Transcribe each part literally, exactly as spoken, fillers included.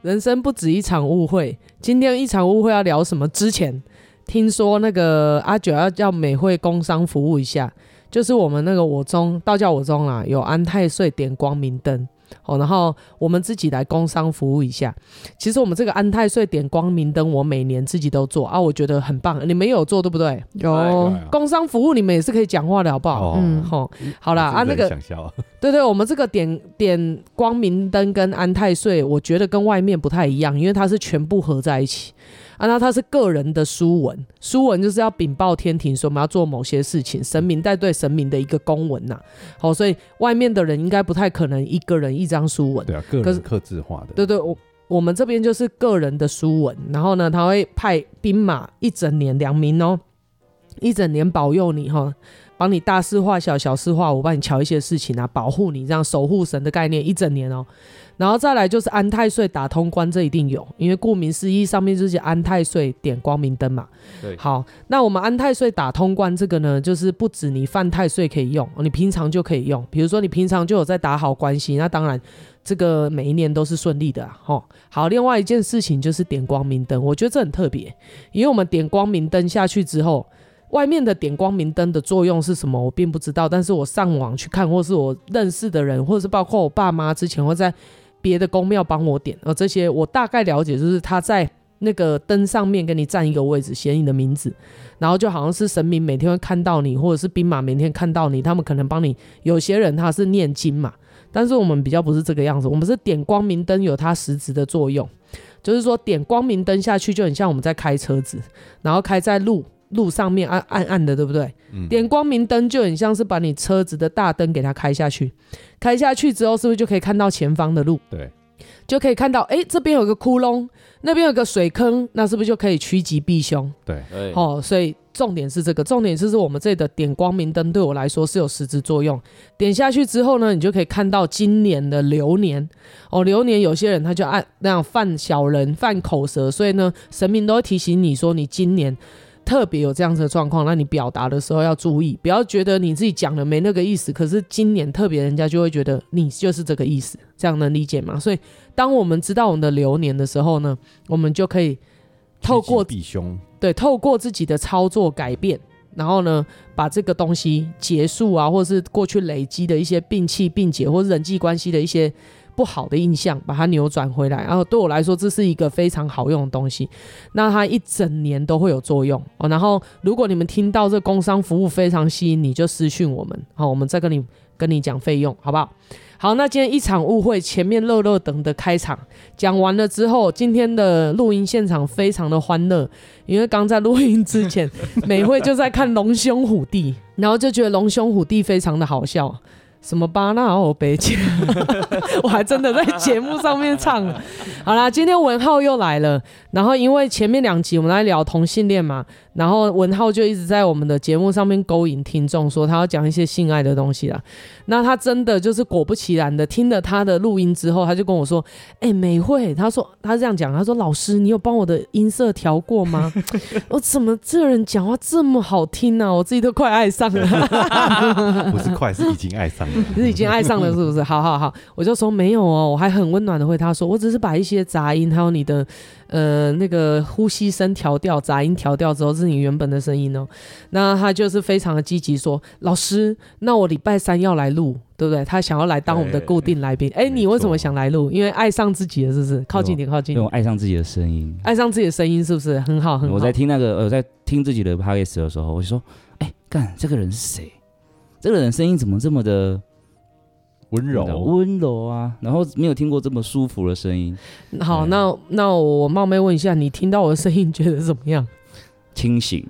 人生不止一场误会，今天一场误会要聊什么？之前听说那个阿九要叫美惠工商服务一下，就是我们那个我中道教我中啦，有安太岁点光明灯。哦，然后我们自己来工商服务一下。其实我们这个安太岁点光明灯，我每年自己都做啊，我觉得很棒。你们也有做对不对？ 有工商服务，你们也是可以讲话的好不好？ 哦、嗯， 好、哦，好啦啊，那个，对对，我们这个点点光明灯跟安太岁，我觉得跟外面不太一样，因为它是全部合在一起。啊，那它是个人的书文，书文就是要禀报天庭，说我们要做某些事情，神明在对神明的一个公文呐、啊。好、哦，所以外面的人应该不太可能一个人一张书文。 对啊，个人客制化的。 对对，我我们这边就是个人的书文，然后呢，他会派兵马一整年两名哦，一整年保佑你哈、哦。帮你大事化小，小事化无，帮你瞧一些事情啊，保护你，这样守护神的概念一整年哦。然后再来就是安太岁打通关，这一定有，因为顾名思义，上面就是安太岁点光明灯嘛。 对， 好，那我们安太岁打通关这个呢，就是不止你犯太岁可以用，你平常就可以用。比如说你平常就有在打好关系，那当然这个每一年都是顺利的啊。齁，好，另外一件事情就是点光明灯，我觉得这很特别，因为我们点光明灯下去之后。外面的点光明灯的作用是什么我并不知道，但是我上网去看，或是我认识的人，或是包括我爸妈之前会在别的宫庙帮我点，而这些我大概了解，就是他在那个灯上面跟你占一个位置，写你的名字，然后就好像是神明每天会看到你，或者是兵马每天看到你，他们可能帮你，有些人他是念经嘛，但是我们比较不是这个样子，我们是点光明灯有它实质的作用，就是说点光明灯下去就很像我们在开车子，然后开在路路上面暗暗暗的，对不对、嗯、点光明灯就很像是把你车子的大灯给它开下去，开下去之后是不是就可以看到前方的路？ 对， 就可以看到哎，这边有个窟窿，那边有个水坑，那是不是就可以趋吉避凶？ 对， 哦，所以重点是这个，重点是我们这里的点光明灯对我来说是有实质作用。点下去之后呢，你就可以看到今年的流年哦。流年有些人他就按那样犯小人、犯口舌，所以呢，神明都会提醒你说，你今年特别有这样子的状况，那你表达的时候要注意，不要觉得你自己讲的没那个意思，可是今年特别人家就会觉得你就是这个意思，这样能理解吗？所以当我们知道我们的流年的时候呢，我们就可以透过趋吉避凶， 对，透过自己的操作改变，然后呢把这个东西结束啊，或是过去累积的一些病气病结或是人际关系的一些不好的印象把它扭转回来，然后对我来说这是一个非常好用的东西，那它一整年都会有作用、哦、然后如果你们听到这工商服务非常吸引你，就私讯我们、哦、我们再跟你跟你讲费用好不好？好，那今天一场误会前面热热等的开场讲完了之后，今天的录音现场非常的欢乐，因为刚在录音之前美惠就在看龙兄虎弟，然后就觉得龙兄虎弟非常的好笑，什么巴纳欧北京我还真的在节目上面唱了。好啦，今天文浩又来了，然后因为前面两集我们来聊同性恋嘛，然后文浩就一直在我们的节目上面勾引听众说他要讲一些性爱的东西啦，那他真的就是果不其然的听了他的录音之后，他就跟我说哎、欸，美惠，他说他这样讲，他说老师你有帮我的音色调过吗？我怎么这人讲话这么好听啊，我自己都快爱上了不是快，是已经爱上了是已经爱上了是不是？好好好，我就说没有哦，我还很温暖的回他说，我只是把一些杂音还有你的呃那个呼吸声调掉，杂音调掉之后是你原本的声音哦。那他就是非常的积极说，老师，那我礼拜三要来录，对不对？他想要来当我们的固定来宾。哎，你为什么想来录？因为爱上自己了，是不是？靠近点，靠近点。 因为我爱上自己的声音， 爱上自己的声音是不是很好？很好。 我在听那个，我在听自己的 podcast 的时候，我就说，哎，干，这个人是谁？这个人声音怎么这么的温柔温柔啊，然后没有听过这么舒服的声音。 好，那那我冒昧问一下，你听到我的声音觉得怎么样？ 清醒。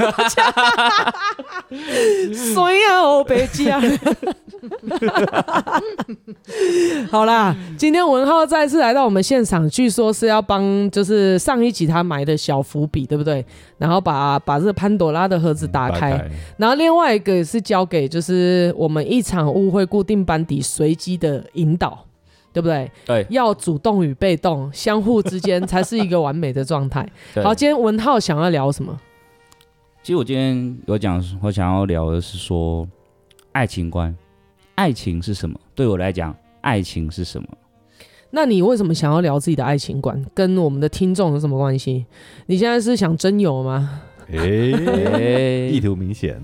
所以啊，我别讲。好啦，今天文浩再次来到我们现场，据说是要帮就是上一集他埋的小伏笔，对不对？然后把把这个潘朵拉的盒子打开，嗯、然后另外一个是交给就是我们一场误会固定班底随机的引导。对不对？ 对， 要主动与被动相互之间才是一个完美的状态。好，今天文浩想要聊什么？ 其实我今天有讲，我想要聊的是说爱情观，爱情是什么？对我来讲，爱情是什么？ 那你为什么想要聊自己的爱情观？跟我们的听众有什么关系？你现在是想真有吗？ 哎、欸，意图明显。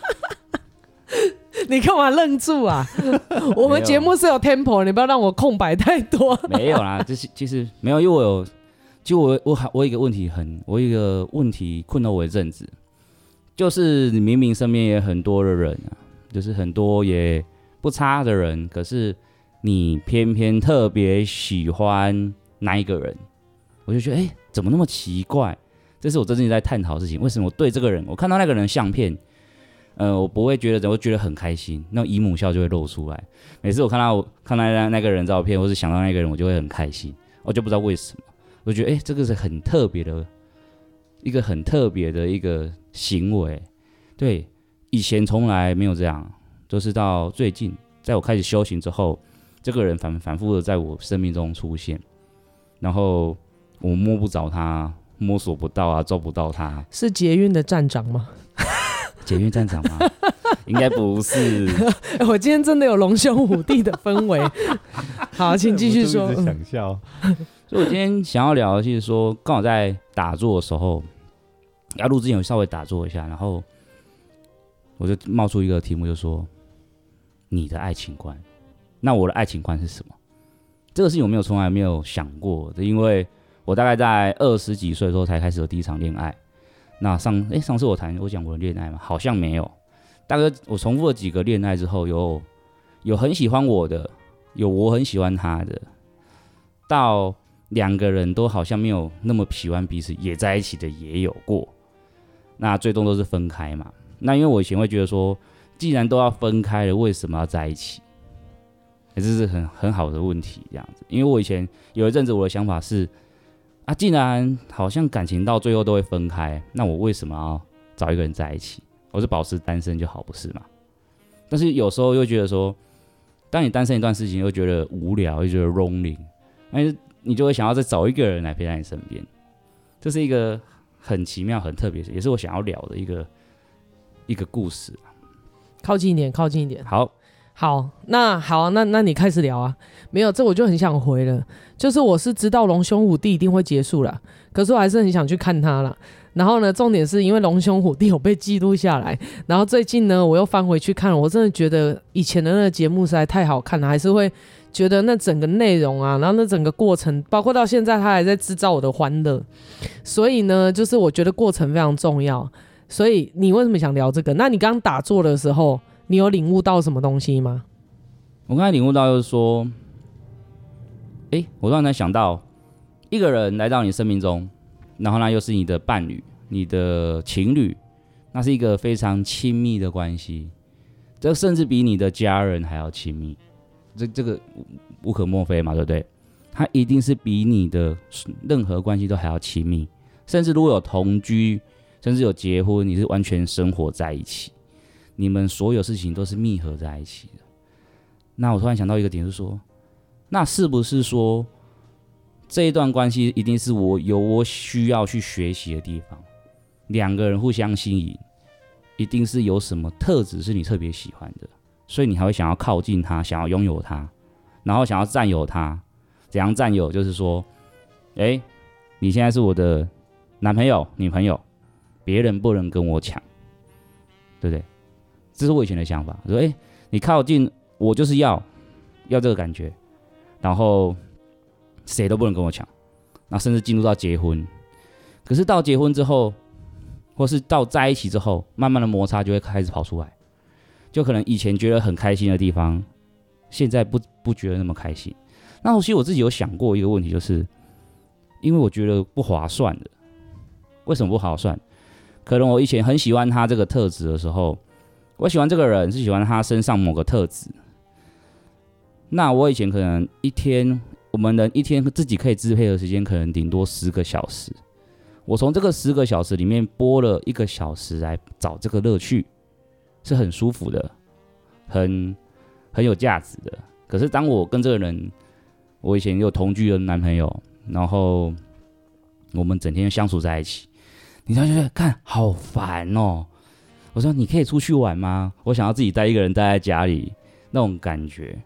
你干嘛愣住啊？我们节目是有 tempo， 你不要让我空白太多。 没有啦，就是其实没有，因为我有，就我我我有一个问题很，我有一个问题困扰我一阵子，就是你明明身边也很多的人啊，就是很多也不差的人，可是你偏偏特别喜欢那一个人，我就觉得哎、欸，怎么那么奇怪？这是我真正在探讨的事情。为什么我对这个人，我看到那个人的相片？呃，我不会觉得，我会觉得很开心，那姨母笑就会露出来。每次我看到我看到那那个人照片，或是想到那个人，我就会很开心。我就不知道为什么，我觉得哎、欸，这个是很特别的，一个很特别的一个行为。对，以前从来没有这样，就是到最近，在我开始修行之后，这个人反反复的在我生命中出现，然后我摸不着他，摸索不到啊，抓不到他。 是捷运的站长吗？ 捷运站长吗？应该不是。 我今天真的有龙兄虎弟的氛围。好，请继续说。 我想笑。 所以我今天想要聊的是说，刚好在打坐的时候，要录之前有稍微打坐一下，然后我就冒出一个题目，就说你的爱情观。那我的爱情观是什么？这个事情我没有从来没有想过的，因为我大概在二十几岁的时候才开始有第一场恋爱。那上哎、欸，上次我谈我讲我的恋爱吗？好像没有。大概我重复了几个恋爱之后，有有很喜欢我的，有我很喜欢他的，到两个人都好像没有那么喜欢彼此，也在一起的也有过。那最终都是分开嘛。那因为我以前会觉得说，既然都要分开了，为什么要在一起？欸、这是很很好的问题，这样子。因为我以前有一阵子我的想法是。啊，既然好像感情到最后都会分开，那我为什么要找一个人在一起？我是保持单身就好，不是吗？但是有时候又觉得说，当你单身一段时间，又觉得无聊，又觉得 lonely， 那你就会想要再找一个人来陪在你身边。这是一个很奇妙、很特别，也是我想要聊的一个一个故事。 靠近一点，靠近一点。 好。 好，那好，那那你开始聊啊。没有，这我就很想回了。就是我是知道龙兄虎弟一定会结束啦，可是我还是很想去看他啦。然后呢，重点是因为龙兄虎弟有被记录下来，然后最近呢，我又翻回去看了，我真的觉得以前的那个节目实在太好看了，还是会觉得那整个内容啊，然后那整个过程，包括到现在他还在制造我的欢乐。所以呢，就是我觉得过程非常重要。所以你为什么想聊这个？那你刚刚打坐的时候，你有领悟到什么东西吗？ 我刚才领悟到就是说，哎，我突然才想到，一个人来到你生命中，然后呢又是你的伴侣、你的情侣，那是一个非常亲密的关系，这甚至比你的家人还要亲密，这这个无可墨非嘛，对不对？它一定是比你的任何关系都还要亲密，甚至如果有同居，甚至有结婚，你是完全生活在一起。你们所有事情都是密合在一起的。那我突然想到一个点，就是说，那是不是说这一段关系一定是我有我需要去学习的地方？两个人互相吸引，一定是有什么特质是你特别喜欢的，所以你还会想要靠近他，想要拥有他，然后想要占有他。怎样占有？就是说，哎，你现在是我的男朋友、女朋友，别人不能跟我抢，对不对？这是我以前的想法，说，哎，你靠近我就是要要这个感觉，然后谁都不能跟我抢，然后甚至进入到结婚。可是到结婚之后，或是到在一起之后，慢慢的摩擦就会开始跑出来，就可能以前觉得很开心的地方，现在不不觉得那么开心。那其实我自己有想过一个问题，就是因为我觉得不划算的。为什么不划算？可能我以前很喜欢他这个特质的时候，我喜欢这个人是喜欢他身上某个特质。那我以前可能一天，我们人一天自己可以支配的时间可能顶多十个小时。我从这个十个小时里面拨了一个小时来找这个乐趣，是很舒服的，很很有价值的。可是当我跟这个人，我以前有同居的男朋友，然后我们整天相处在一起，你就觉得看好烦哦。我说你可以出去玩吗？我想要自己带一个人待在家里，那种感觉。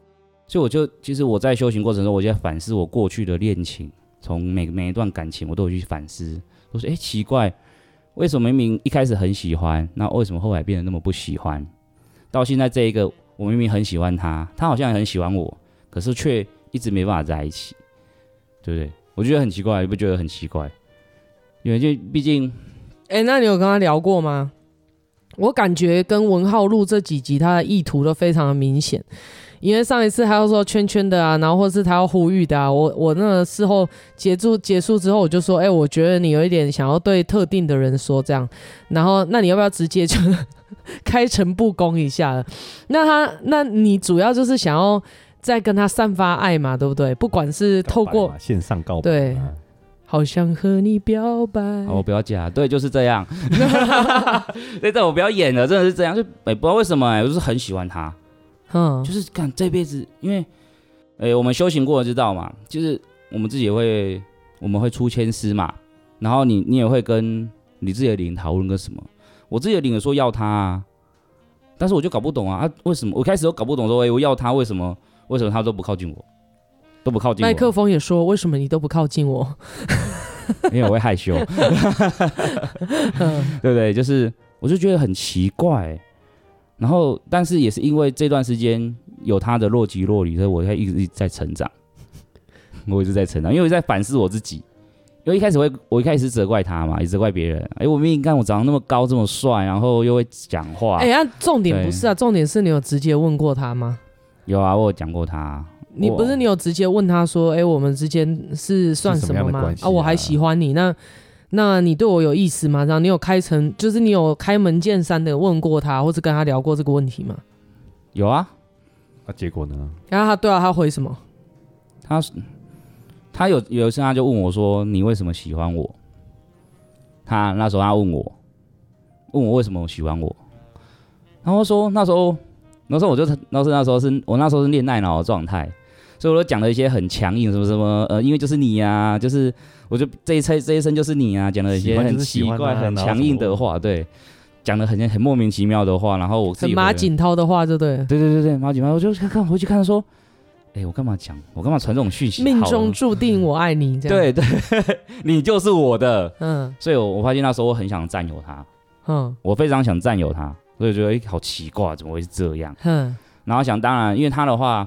所以我就其实我在修行过程中，我就在反思我过去的恋情，从每每一段感情我都有去反思，我说哎奇怪，为什么明明一开始很喜欢，那为什么后来变得那么不喜欢？到现在这一个，我明明很喜欢他，他好像也很喜欢我，可是却一直没办法在一起，对不对？我觉得很奇怪，你不觉得很奇怪？因为就毕竟， 哎，那你有跟他聊过吗？我感觉跟文浩录这几集，他的意图都非常的明显。因为上一次他要说圈圈的啊，然后或是他要呼吁的啊，我我那个事后结束结束之后，我就说，哎、欸，我觉得你有一点想要对特定的人说这样，然后那你要不要直接就开诚布公一下了？那他那你主要就是想要再跟他散发爱嘛，对不对？不管是透过线上告白， 对，好想和你表白。 好，我不要假，对，就是这样。对，这我不要演了，真的是这样，就哎、欸，不知道为什么、欸，我就是很喜欢他。嗯，就是干这辈子，因为，诶、欸，我们修行过了知道嘛，就是我们自己也会，我们会出千丝嘛，然后你你也会跟你自己的灵讨论个什么，我自己的灵也说要他啊，但是我就搞不懂啊，啊为什么我开始都搞不懂说，哎、欸，我要他为什么为什么他都不靠近我，都不靠近我， 麦克风也说为什么你都不靠近我， 因为我会害羞，对不对？就是我就觉得很奇怪、欸。然后，但是也是因为这段时间有他的若即若离，所以我才一直在成长。我一直在成长，因为我在反思我自己。因为一开始会，我一开始责怪他嘛，也责怪别人。哎，我明明看我长得那么高，这么帅，然后又会讲话。 哎，那重点不是啊，重点是你有直接问过他吗？ 有啊，我有讲过他。 你不是你有直接问他说，哎，我们之间是算什么吗？啊，我还喜欢你那。那你对我有意思吗？然后你有开诚，就是你有开门见山的问过他，或是跟他聊过这个问题吗？ 有啊。 那、啊、结果呢？ 然后他对啊，他回什么？ 他他有有一次他就问我说：“你为什么喜欢我？”他那时候他问我，问我为什么喜欢我，然后说那时候那时候我就那时候那时候是我那时候是恋爱脑的状态。所以我都讲了一些很强硬，什么什么，呃，因为就是你呀、啊，就是我就这一生这一生就是你啊，讲了一些很奇怪、很强硬的话，对，讲了很很莫名其妙的话，然后我自己很马景涛的话，就对了， 对对对对，马景涛，我就看回去看说，哎、欸，我干嘛讲，我干嘛传这种讯息？ 命中注定我爱你，这样， 对对，你就是我的，嗯，所以我我发现那时候我很想占有他，嗯，我非常想占有他，所以我觉得哎、欸，好奇怪，怎么会是这样？嗯，然后想当然，因为他的话。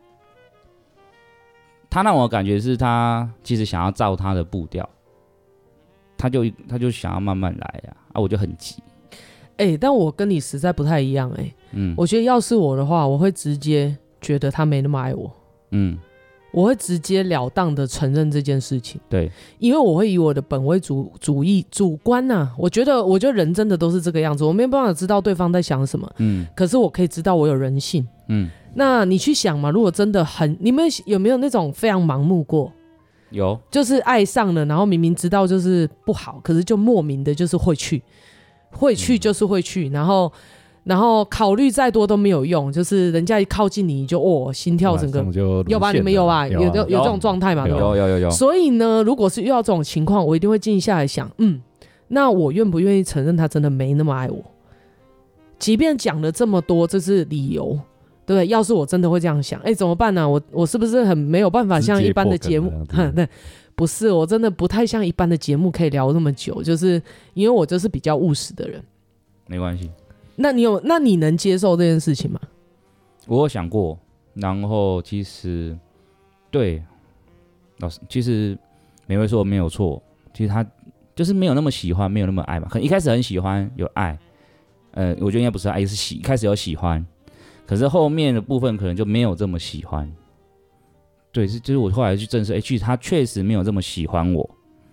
他让我感觉是他其实想要照他的步调，他就他就想要慢慢来呀、啊，啊我就很急。 哎、欸，但我跟你实在不太一样哎、欸，嗯，我觉得要是我的话，我会直接觉得他没那么爱我，嗯，我会直接了当的承认这件事情， 对， 因为我会以我的本位主主义主观呐、啊，我觉得我觉得人真的都是这个样子，我没办法知道对方在想什么，嗯，可是我可以知道我有人性，嗯。那你去想嘛，如果真的很，你们有没有那种非常盲目过？ 有， 就是爱上了，然后明明知道就是不好，可是就莫名的就是会去，会去就是会去，嗯、然后然后考虑再多都没有用，就是人家一靠近你就哦心跳整个有吧？你们有吧？有有、啊、有, 有这种状态嘛？ 有有有有有。 所以呢，如果是遇到这种情况，我一定会静下来想，嗯，那我愿不愿意承认他真的没那么爱我？即便讲了这么多，这是理由。对不对？要是我真的会这样想，哎，怎么办呢、啊？我我是不是很没有办法像一般的节目？对，不是，我真的不太像一般的节目可以聊那么久，就是因为我就是比较务实的人。 没关系。 那你有？那你能接受这件事情吗？ 我有想过，然后其实对老师，其实美薇说没有错，其实他就是没有那么喜欢，没有那么爱嘛。可能一开始很喜欢，有爱，呃，我觉得应该不是爱，是喜，一开始有喜欢。可是后面的部分可能就没有这么喜欢，对，是就是我后来去证实，哎，其实他确实没有这么喜欢我。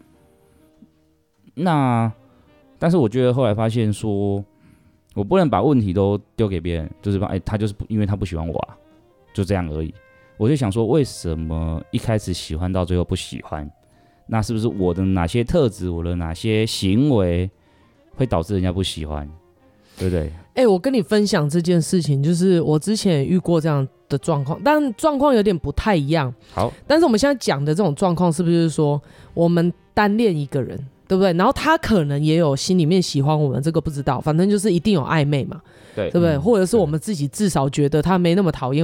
那，但是我觉得后来发现说，我不能把问题都丢给别人，就是说，哎，他就是因为他不喜欢我啊，就这样而已。我就想说，为什么一开始喜欢到最后不喜欢？那是不是我的哪些特质，我的哪些行为会导致人家不喜欢？对不对？ 哎、欸，我跟你分享这件事情，就是我之前也遇过这样的状况，但状况有点不太一样。 好， 但是我们现在讲的这种状况，是不是就是说我们单恋一个人，对不对？然后他可能也有心里面喜欢我们，这个不知道，反正就是一定有暧昧嘛， 对， 对不对？ 嗯、 或者是我们自己至少觉得他没那么讨厌我，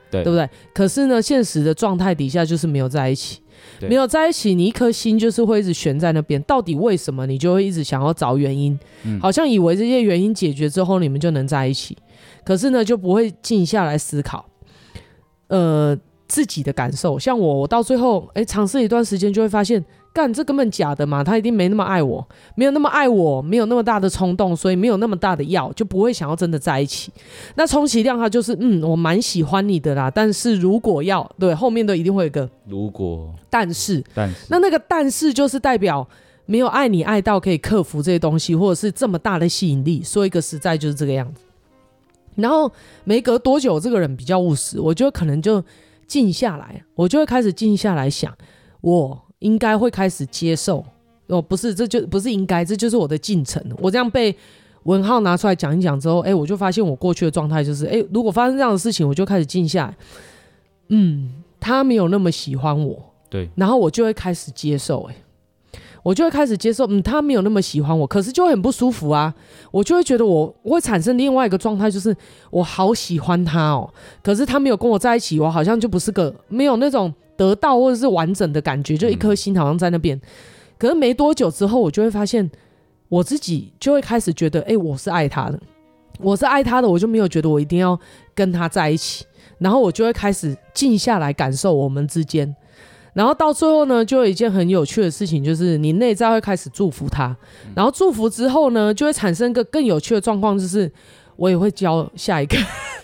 对， 对不对？可是呢，现实的状态底下就是没有在一起，没有在一起，你一颗心就是会一直悬在那边，到底为什么？你就会一直想要找原因，嗯、好像以为这些原因解决之后，你们就能在一起，可是呢，就不会静下来思考，呃，自己的感受。像我，我到最后，哎，尝试一段时间，就会发现。干，这根本假的嘛，他一定没那么爱我，没有那么爱我，没有那么大的冲动，所以没有那么大的要，就不会想要真的在一起。那充其量他就是嗯，我蛮喜欢你的啦，但是如果要，对，后面都一定会有一个如果， 但是， 但是， 那那个但是就是代表没有爱你爱到可以克服这些东西，或者是这么大的吸引力。说一个实在就是这个样子。然后没隔多久，这个人比较务实，我就可能就静下来，我就会开始静下来想，我。应该会开始接受哦，不是，这就不是应该，这就是我的进程。我这样被文浩拿出来讲一讲之后，哎，我就发现我过去的状态就是，哎，如果发生这样的事情，我就开始静下来，嗯，他没有那么喜欢我， 对， 然后我就会开始接受，哎，我就会开始接受，嗯，他没有那么喜欢我，可是就会很不舒服啊，我就会觉得我我会产生另外一个状态，就是我好喜欢他哦，可是他没有跟我在一起，我好像就不是个没有那种。得到或者是完整的感觉，就一颗心好像在那边、嗯。可是没多久之后，我就会发现，我自己就会开始觉得，哎、欸，我是爱他的，我是爱他的，我就没有觉得我一定要跟他在一起。然后我就会开始静下来感受我们之间。然后到最后呢，就有一件很有趣的事情，就是你内在会开始祝福他。然后祝福之后呢，就会产生一个更有趣的状况，就是我也会教下一个。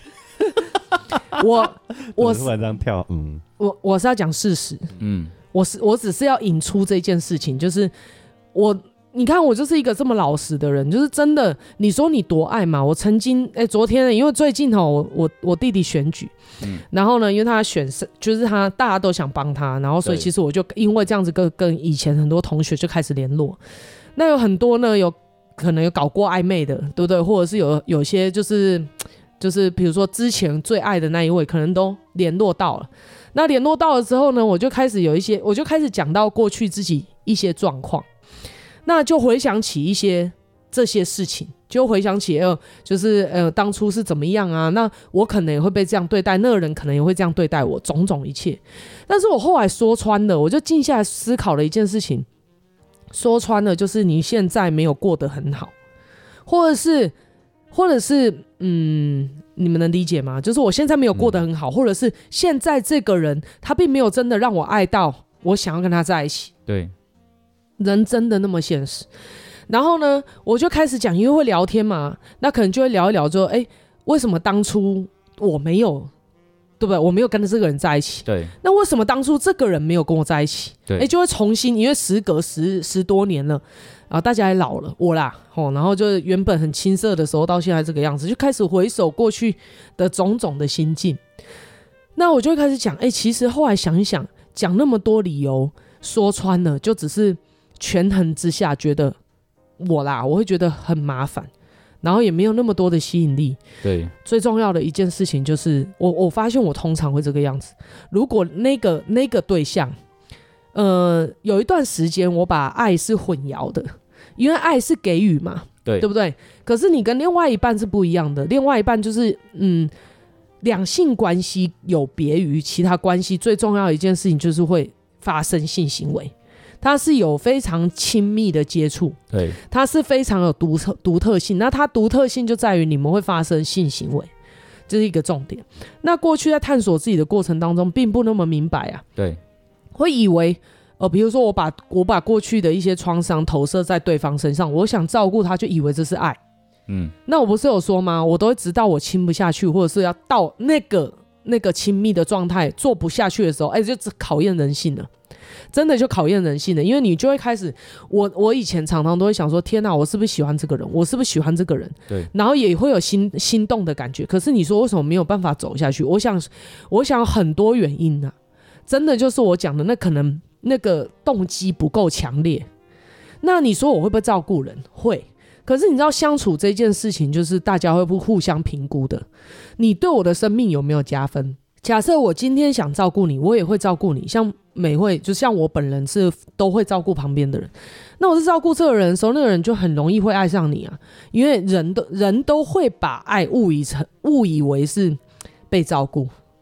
我我突然这样跳，嗯， 我我是要讲事实，嗯，我是我只是要引出这件事情，就是我，你看我就是一个这么老实的人，就是真的，你说你多爱嘛？我曾经，哎、欸，昨天呢，因为最近哦，我我我弟弟选举，嗯，然后呢，因为他选就是他大家都想帮他，然后所以其实我就因为这样子跟跟以前很多同学就开始联络，那有很多呢有可能有搞过暧昧的，对不对？或者是有有些就是。就是比如说之前最爱的那一位可能都联络到了，那联络到了之后呢，我就开始有一些我就开始讲到过去自己一些状况，那就回想起一些这些事情，就回想起呃就是呃当初是怎么样啊，那我可能也会被这样对待，那个人可能也会这样对待我，种种一切。但是我后来说穿了，我就静下来思考了一件事情，说穿了就是你现在没有过得很好，或者是或者是嗯，你们能理解吗？就是我现在没有过得很好、嗯、或者是现在这个人他并没有真的让我爱到我想要跟他在一起。 对， 人真的那么现实。然后呢我就开始讲，因为会聊天嘛，那可能就会聊一聊说，哎，为什么当初我没有，对不对？我没有跟这个人在一起。 对， 那为什么当初这个人没有跟我在一起？ 对， 哎，就会重新，因为时隔十十多年了，然后大家也老了，我啦，哦，然后就原本很青涩的时候，到现在这个样子，就开始回首过去的种种的心境。那我就会开始讲，哎，其实后来想一想，讲那么多理由，说穿了，就只是权衡之下，觉得我啦，我会觉得很麻烦。然后也没有那么多的吸引力。 对， 最重要的一件事情就是我我发现我通常会这个样子。如果那个那个对象，呃，有一段时间我把爱是混淆的，因为爱是给予嘛， 对， 对不对？可是你跟另外一半是不一样的，另外一半就是嗯，两性关系有别于其他关系，最重要的一件事情就是会发生性行为。它是有非常亲密的接触， 对， 它是非常有独特独特性。那它独特性就在于你们会发生性行为，这是一个重点。那过去在探索自己的过程当中，并不那么明白啊， 对， 会以为呃，比如说我把我把过去的一些创伤投射在对方身上，我想照顾他，就以为这是爱。嗯，那我不是有说吗？我都会直到我亲不下去，或者是要到那个那个亲密的状态做不下去的时候，哎，就考验人性了。真的就考验人性的，因为你就会开始，我我以前常常都会想说，天哪，我是不是喜欢这个人？我是不是喜欢这个人？ 对， 然后也会有心心动的感觉。可是你说为什么没有办法走下去？我想，我想很多原因啊，真的就是我讲的，那可能那个动机不够强烈。那你说我会不会照顾人？会。可是你知道相处这件事情，就是大家会不互相评估的。你对我的生命有没有加分？假设我今天想照顾你，我也会照顾你。像美慧，就像我本人是都会照顾旁边的人。那我是照顾这个人的时候，那个人就很容易会爱上你啊，因为人都人都会把爱误以成误以为是被照顾，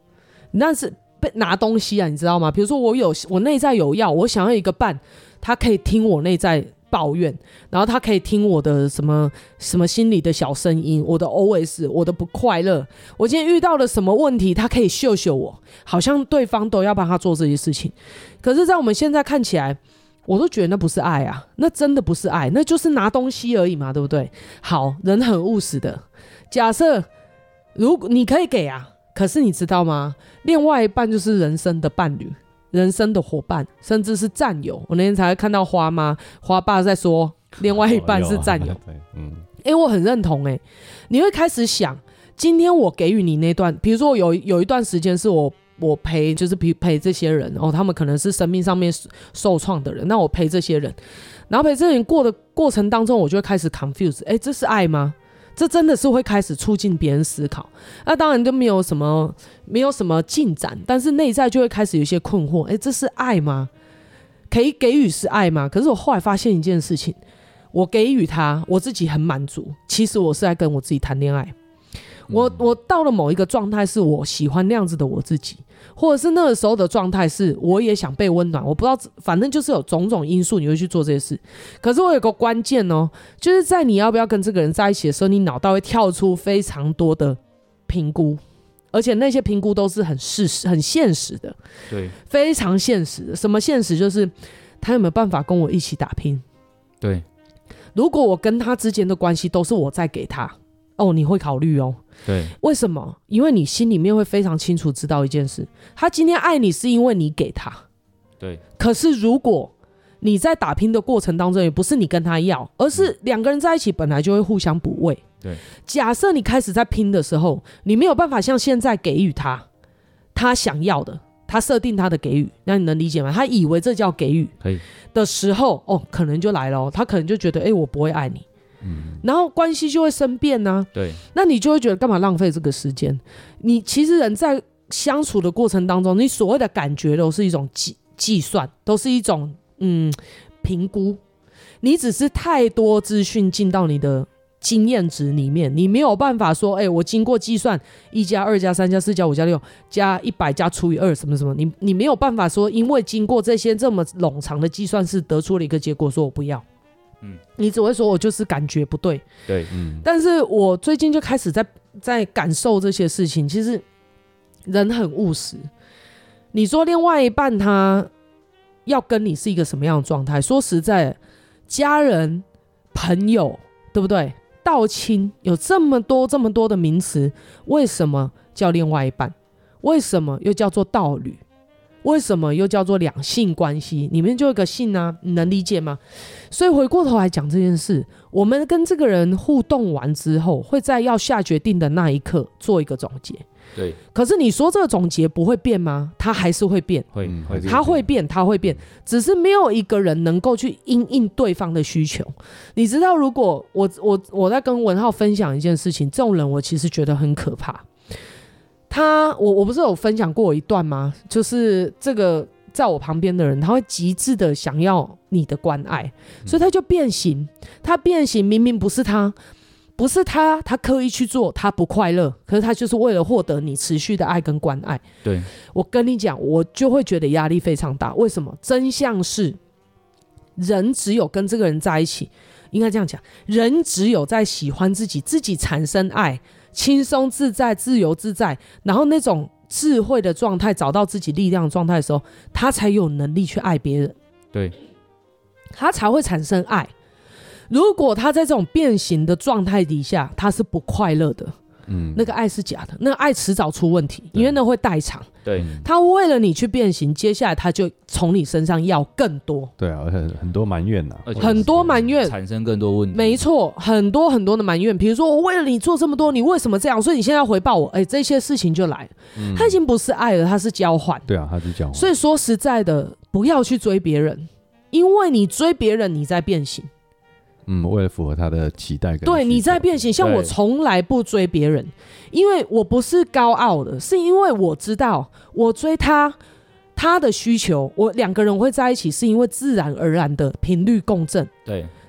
那是被拿东西啊，你知道吗？比如说我有我内在有要，我想要一个伴，他可以听我内在抱怨，然后他可以听我的什么什么心里的小声音，我的 O S， 我的不快乐，我今天遇到了什么问题，他可以秀秀我，好像对方都要帮他做这些事情。可是在我们现在看起来，我都觉得那不是爱啊，那真的不是爱，那就是拿东西而已嘛，对不对？好，人很务实的，假设如果你可以给啊，可是你知道吗？另外一半就是人生的伴侣，人生的伙伴，甚至是战友。我那天才看到花妈花爸在说另外一半是战友， 哦、嗯， 哎、欸，我很认同哎、欸。你会开始想，今天我给予你那段，比如说有有一段时间是我我陪，就是陪这些人，哦，他们可能是生命上面受创的人，那我陪这些人，然后陪这些人过的过程当中，我就会开始 confuse， 哎、欸，这是爱吗？这真的是会开始促进别人思考，那当然就没有什么没有什么进展，但是内在就会开始有一些困惑，哎，这是爱吗？可以给予是爱吗？可是我后来发现一件事情，我给予他，我自己很满足，其实我是在跟我自己谈恋爱。我我到了某一个状态，是我喜欢那样子的我自己，或者是那个时候的状态是我也想被温暖，我不知道，反正就是有种种因素你会去做这些事。可是我有个关键哦，就是在你要不要跟这个人在一起的时候，你脑袋会跳出非常多的评估，而且那些评估都是很事实、很现实的， 对， 非常现实的。什么现实？就是他有没有办法跟我一起打拼？ 对， 如果我跟他之间的关系都是我在给他，哦，你会考虑哦。 对， 为什么？因为你心里面会非常清楚知道一件事，他今天爱你是因为你给他。 对。 可是如果你在打拼的过程当中，也不是你跟他要，而是两个人在一起本来就会互相补位。 对。 假设你开始在拼的时候，你没有办法像现在给予他他想要的，他设定他的给予，那你能理解吗？他以为这叫给予， 可以的时候，哦，可能就来了哦，他可能就觉得，哎、欸，我不会爱你。嗯，然后关系就会生变啊， 对， 那你就会觉得干嘛浪费这个时间？你其实人在相处的过程当中，你所谓的感觉都是一种计计算，都是一种嗯评估。你只是太多资讯进到你的经验值里面，你没有办法说，哎、欸，我经过计算，一加二加三加四加五加六加一百加除以二什么什么，你你没有办法说，因为经过这些这么冗长的计算式，得出了一个结果，说我不要。嗯，你只会说我就是感觉不对， 对， 嗯，但是我最近就开始在在感受这些事情。其实人很务实，你说另外一半他要跟你是一个什么样的状态？说实在，家人、朋友，对不对？道亲有这么多这么多的名词，为什么叫另外一半？为什么又叫做道侣？为什么又叫做两性关系？里面就有一个性啊，你能理解吗？所以回过头来讲这件事，我们跟这个人互动完之后，会在要下决定的那一刻做一个总结。 对。 可是你说这个总结不会变吗？它还是会变， 会， 嗯、 会它会变，它会变，只是没有一个人能够去因应对方的需求。你知道，如果我我我在跟文浩分享一件事情，这种人我其实觉得很可怕。他我我不是有分享过一段吗？就是这个在我旁边的人，他会极致的想要你的关爱，所以他就变形。他变形明明不是他，不是他，他刻意去做，他不快乐，可是他就是为了获得你持续的爱跟关爱。 对， 我跟你讲，我就会觉得压力非常大。为什么？真相是，人只有跟这个人在一起，应该这样讲，人只有在喜欢自己，自己产生爱。轻松自在，自由自在，然后那种智慧的状态，找到自己力量的状态的时候，他才有能力去爱别人， 对， 他才会产生爱。如果他在这种变形的状态底下，他是不快乐的，嗯，那个爱是假的，那个爱迟早出问题，因为那会代偿。 对， 他为了你去变形，接下来他就从你身上要更多。 对啊，而且很多埋怨呐、啊， 很多埋怨， 产生更多问题。 没错，很多很多的埋怨。比如说，我为了你做这么多，你为什么这样？所以你现在要回报我，哎，这些事情就来了。嗯、他已经不是爱了，他是交换。 对啊，他是交换。 所以说实在的，不要去追别人，因为你追别人，你在变形。 嗯，为了符合他的期待跟对，你在变形。像我从来不追别人，因为我不是高傲的，是因为我知道我追他，他的需求，我两个人会在一起，是因为自然而然的频率共振。 对，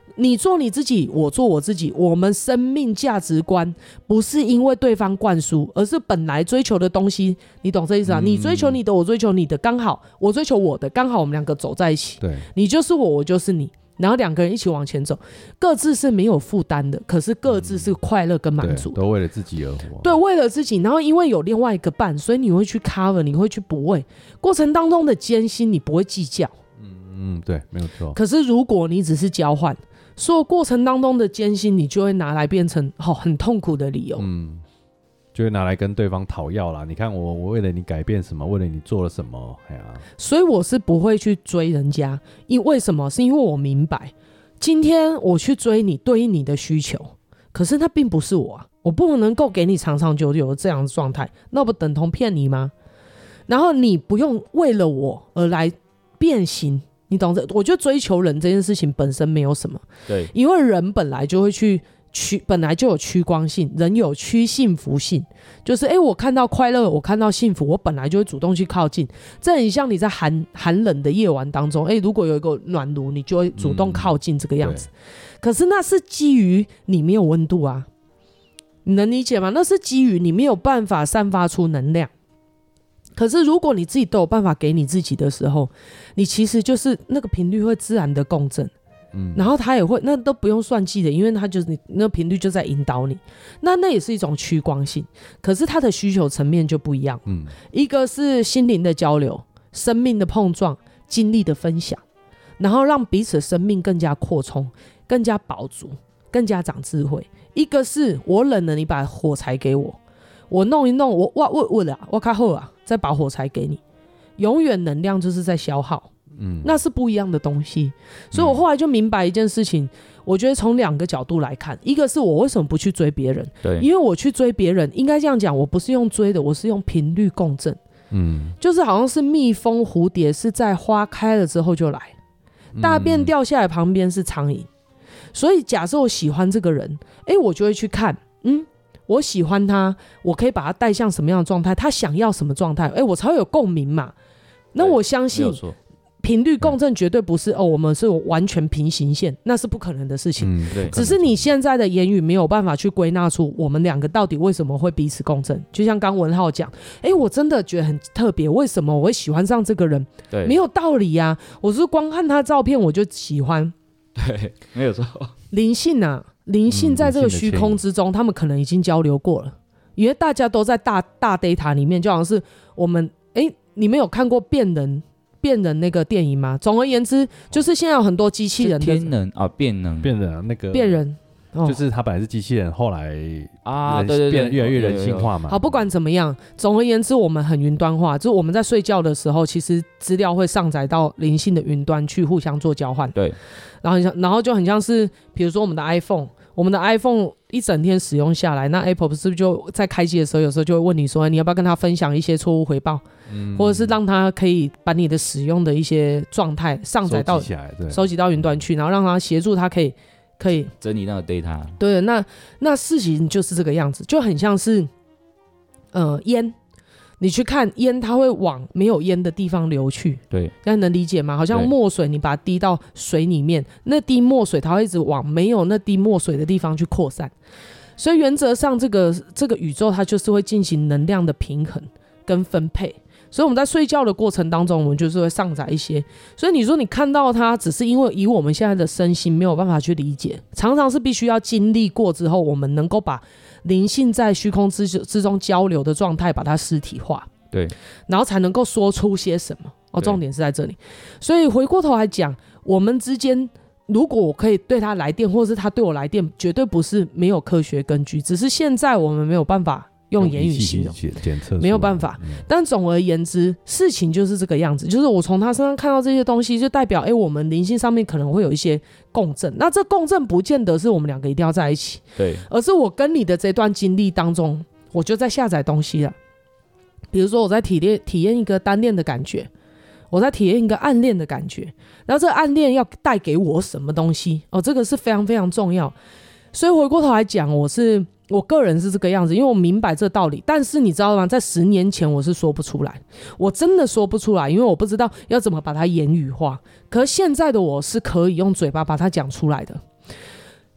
你做你自己，我做我自己，我们生命价值观不是因为对方灌输，而是本来追求的东西，你懂这意思啊？嗯、你追求你的，我追求你的，刚好我追求我的，刚好我们两个走在一起。 对， 你就是我，我就是你，然后两个人一起往前走，各自是没有负担的，可是各自是快乐跟满足、 嗯、都为了自己而活。 对，为了自己，然后因为有另外一个伴，所以你会去 cover， 你会去补位，过程当中的艰辛你不会计较。 嗯嗯，对，没有错。 可是如果你只是交换，所有过程当中的艰辛，你就会拿来变成、哦、很痛苦的理由。 嗯，就会拿来跟对方讨要啦。你看我，我为了你改变什么，为了你做了什么，哎呀， 所以我是不会去追人家，因为什么？是因为我明白，今天我去追你，对应你的需求，可是那并不是我啊，我不能够给你长长久久的这样的状态，那不等同骗你吗？然后你不用为了我而来变形。你懂这？我觉得追求人这件事情本身没有什么， 对， 因为人本来就会去趋，本来就有趋光性，人有趋幸福性，就是哎、欸，我看到快乐，我看到幸福，我本来就会主动去靠近。这很像你在寒寒冷的夜晚当中，哎、欸，如果有一个暖炉，你就会主动靠近这个样子。嗯、可是那是基于你没有温度啊，你能理解吗？那是基于你没有办法散发出能量。可是如果你自己都有办法给你自己的时候，你其实就是那个频率会自然的共振，嗯，然后它也会，那都不用算计的，因为它就是你那频率就在引导你，那那也是一种趋光性，可是它的需求层面就不一样，嗯，一个是心灵的交流，生命的碰撞，经历的分享，然后让彼此的生命更加扩充，更加饱足，更加长智慧。一个是我冷了，你把火柴给我。我弄一弄，我我我我啦，我卡好啊，再把火柴给你，永远能量就是在消耗，嗯，那是不一样的东西。所以我后来就明白一件事情，我觉得从两个角度来看，一个是我为什么不去追别人， 对， 因为我去追别人，应该这样讲，我不是用追的，我是用频率共振，嗯，就是好像是蜜蜂、蝴蝶是在花开了之后就来，大便掉下来旁边是苍蝇，所以假设我喜欢这个人，哎，我就会去看，嗯。我喜欢他，我可以把他带向什么样的状态？他想要什么状态？哎，我才会有共鸣嘛。那我相信频率共振绝对不是哦，我们是完全平行线，那是不可能的事情。嗯，对。只是你现在的言语没有办法去归纳出我们两个到底为什么会彼此共振。就像刚文浩讲，哎，我真的觉得很特别，为什么我会喜欢上这个人？对，没有道理啊。我是光看他照片我就喜欢。 对，没有错。灵性啊。灵性在这个虚空之中、嗯、他们可能已经交流过了，因为大家都在大大 data 里面，就好像是我们哎，你们有看过变人变人那个电影吗？总而言之，就是现在有很多机器人的天能啊，变能变人、啊、那个变人、 哦，就是他本来是机器人，后来啊，对对对， 变得越来越人性化嘛。 好，不管怎么样，总而言之，我们很云端化，就是我们在睡觉的时候，其实资料会上载到灵性的云端去互相做交换。 对， 然后很像，然后就很像是，比如说我们的 iPhone。我们的 iPhone 一整天使用下来，那 Apple 是不是就在开机的时候，有时候就会问你说，你要不要跟他分享一些错误回报、嗯，或者是让他可以把你的使用的一些状态上载到收集到云端去，然后让他协助他可以可以整理那个 data。 对，那那事情就是这个样子，就很像是呃烟。你去看烟，它会往没有烟的地方流去， 对， 这样能理解吗？好像墨水，你把它滴到水里面，那滴墨水它会一直往没有那滴墨水的地方去扩散。所以原则上，这个这个宇宙它就是会进行能量的平衡跟分配。所以我们在睡觉的过程当中，我们就是会上载一些。所以你说你看到它，只是因为以我们现在的身心没有办法去理解，常常是必须要经历过之后，我们能够把灵性在虚空 之, 之中交流的状态把它实体化， 对， 然后才能够说出些什么。哦，重点是在这里。所以回过头来讲，我们之间如果我可以对他来电，或是他对我来电，绝对不是没有科学根据，只是现在我们没有办法用言语形容，没有办法、嗯、但总而言之事情就是这个样子，就是我从他身上看到这些东西，就代表哎，我们灵性上面可能会有一些共振。那这共振不见得是我们两个一定要在一起， 对， 而是我跟你的这段经历当中，我就在下载东西了。比如说我在体验体验一个单恋的感觉，我在体验一个暗恋的感觉，然后这个暗恋要带给我什么东西哦，这个是非常非常重要。所以回过头来讲，我是我个人是这个样子，因为我明白这道理。但是你知道吗，在十年前我是说不出来，我真的说不出来，因为我不知道要怎么把它言语化。可是现在的我是可以用嘴巴把它讲出来的。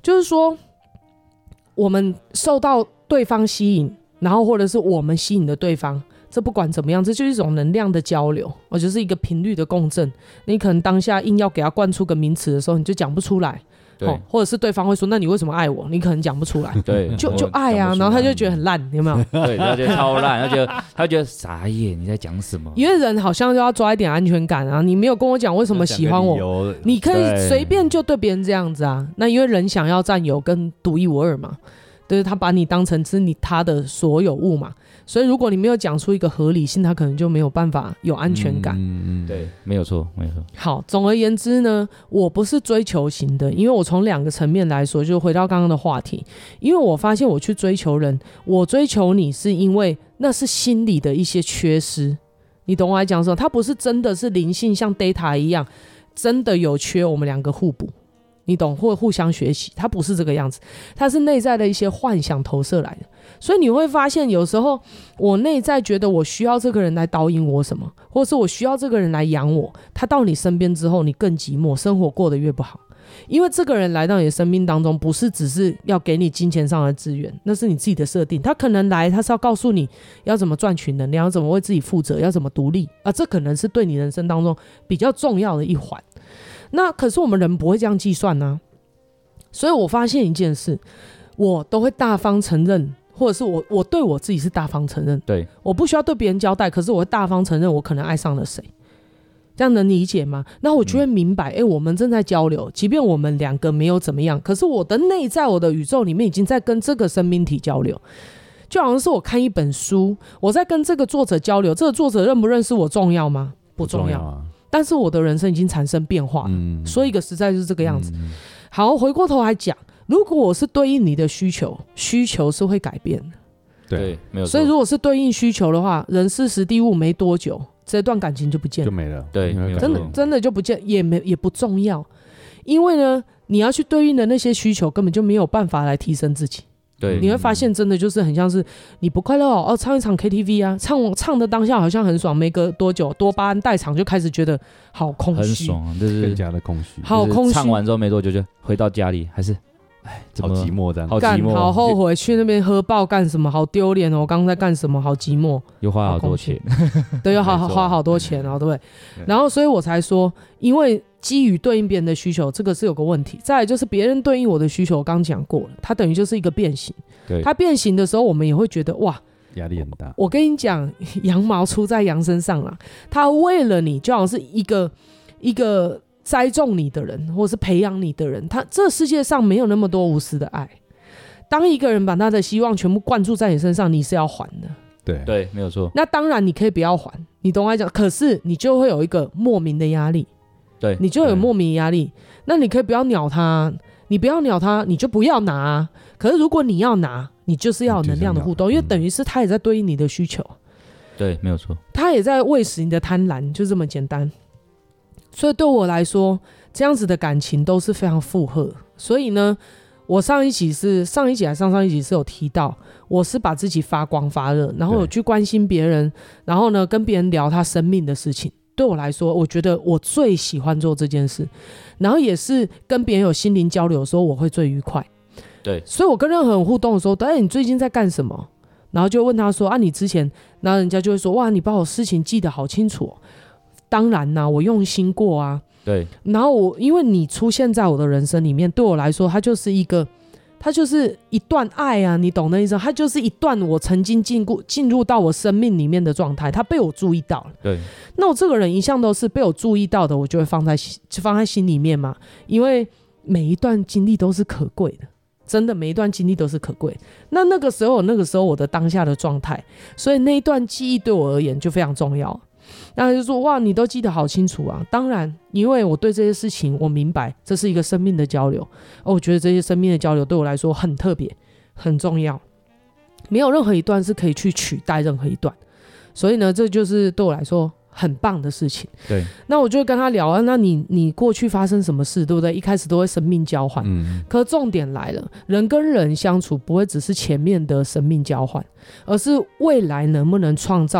就是说我们受到对方吸引，然后或者是我们吸引的对方，这不管怎么样，这就是一种能量的交流，我就是一个频率的共振。你可能当下硬要给他灌出个名词的时候，你就讲不出来， 对、 哦，或者是对方会说：“那你为什么爱我？”你可能讲不出来， 对， 就就爱啊，然后他就觉得很烂，有没有？ 对，他觉得超烂，他觉得他觉得傻眼，你在讲什么？ 因为人好像就要抓一点安全感啊，你没有跟我讲为什么喜欢我，你可以随便就对别人这样子啊。那因为人想要占有跟独一无二嘛，就是他把你当成是你他的所有物嘛。所以如果你没有讲出一个合理性，他可能就没有办法有安全感。 嗯，对，没有错，没有错。 好，总而言之呢，我不是追求型的，因为我从两个层面来说，就回到刚刚的话题，因为我发现我去追求人，我追求你是因为那是心理的一些缺失，你懂我来讲什么？它不是真的是灵性像 data 一样，真的有缺，我们两个互补。你懂，或互相学习，它不是这个样子，它是内在的一些幻想投射来的。所以你会发现，有时候我内在觉得我需要这个人来导引我什么，或者是我需要这个人来养我，他到你身边之后，你更寂寞，生活过得越不好。因为这个人来到你的生命当中，不是只是要给你金钱上的资源，那是你自己的设定。他可能来，他是要告诉你要怎么赚取能量，要怎么为自己负责，要怎么独立啊，这可能是对你人生当中比较重要的一环。那可是我们人不会这样计算啊，所以我发现一件事，我都会大方承认，或者是我我对我自己是大方承认， 对， 我不需要对别人交代，可是我会大方承认我可能爱上了谁，这样能理解吗？那我就会明白，哎、嗯欸，我们正在交流，即便我们两个没有怎么样，可是我的内在，我的宇宙里面已经在跟这个生命体交流，就好像是我看一本书，我在跟这个作者交流，这个作者认不认识我重要吗？不重要。 不重要啊， 但是我的人生已经产生变化了，嗯、说一个实在就是这个样子。嗯、好，回过头来讲，如果我是对应你的需求，需求是会改变的， 对，没有错。 所以如果是对应需求的话，人事时地物没多久，这段感情就不见了， 就没了， 对， 真的真的就不见，也没也不重要，因为呢，你要去对应的那些需求，根本就没有办法来提升自己。 对， 你会发现真的就是很像是你不快乐哦，哦唱一场 K T V 啊，唱唱的当下好像很爽，没隔多久多巴胺代偿就开始觉得好空虚， 很爽、啊，就是更加的空虚， 好空虚。 唱完之后没多久就回到家里，还是哎， 好寂寞这样， 好寂寞， 好后悔去那边喝爆干什么，好丢脸哦！我刚刚在干什么，好寂寞， 又花好多钱， 对，又好花好多钱哦，对不对？然后所以我才说，因为基于对应别人的需求，这个是有个问题。再来就是别人对应我的需求，我刚刚讲过了，它等于就是一个变形。 对， 它变形的时候，我们也会觉得哇， 压力很大。 我跟你讲，羊毛出在羊身上啦，他为了你，就好像是一个一个栽种你的人，或是培养你的人，他这世界上没有那么多无私的爱。当一个人把他的希望全部灌注在你身上，你是要还的。 对对，没有错。 那当然你可以不要还，你懂我来讲，可是你就会有一个莫名的压力。 对， 你就有莫名压力。那你可以不要鸟他，你不要鸟他，你就不要拿、啊。可是如果你要拿，你就是要有能量的互动，因为等于是他也在对应你的需求。 对，没有错。 他也在喂食你的贪婪，就这么简单。所以对我来说，这样子的感情都是非常负荷。所以呢，我上一集是上一集还上上一集是有提到，我是把自己发光发热，然后有去关心别人，然后呢跟别人聊他生命的事情。对我来说，我觉得我最喜欢做这件事，然后也是跟别人有心灵交流的时候，我会最愉快。 对， 所以我跟任何人互动的时候，哎，你最近在干什么？然后就问他说啊，你之前，然后人家就会说哇，你把我事情记得好清楚、哦。当然啦、啊，我用心过啊。 对。 然后我因为你出现在我的人生里面，对我来说，它就是一个，它就是一段爱啊，你懂那意思？它就是一段我曾经进入进入到我生命里面的状态，它被我注意到了。 对。 那我这个人一向都是被我注意到的，我就会放在就放在心里面嘛，因为每一段经历都是可贵的。真的每一段经历都是可贵，那那个时候那个时候我的当下的状态，所以那一段记忆对我而言就非常重要。那他就说哇，你都记得好清楚啊！当然，因为我对这些事情我明白，这是一个生命的交流，而我觉得这些生命的交流对我来说很特别、很重要，没有任何一段是可以去取代任何一段，所以呢，这就是对我来说很棒的事情。 对， 那我就跟他聊啊，那你你过去发生什么事，对不对？一开始都会生命交换，嗯，可重点来了，人跟人相处不会只是前面的生命交换，而是未来能不能创造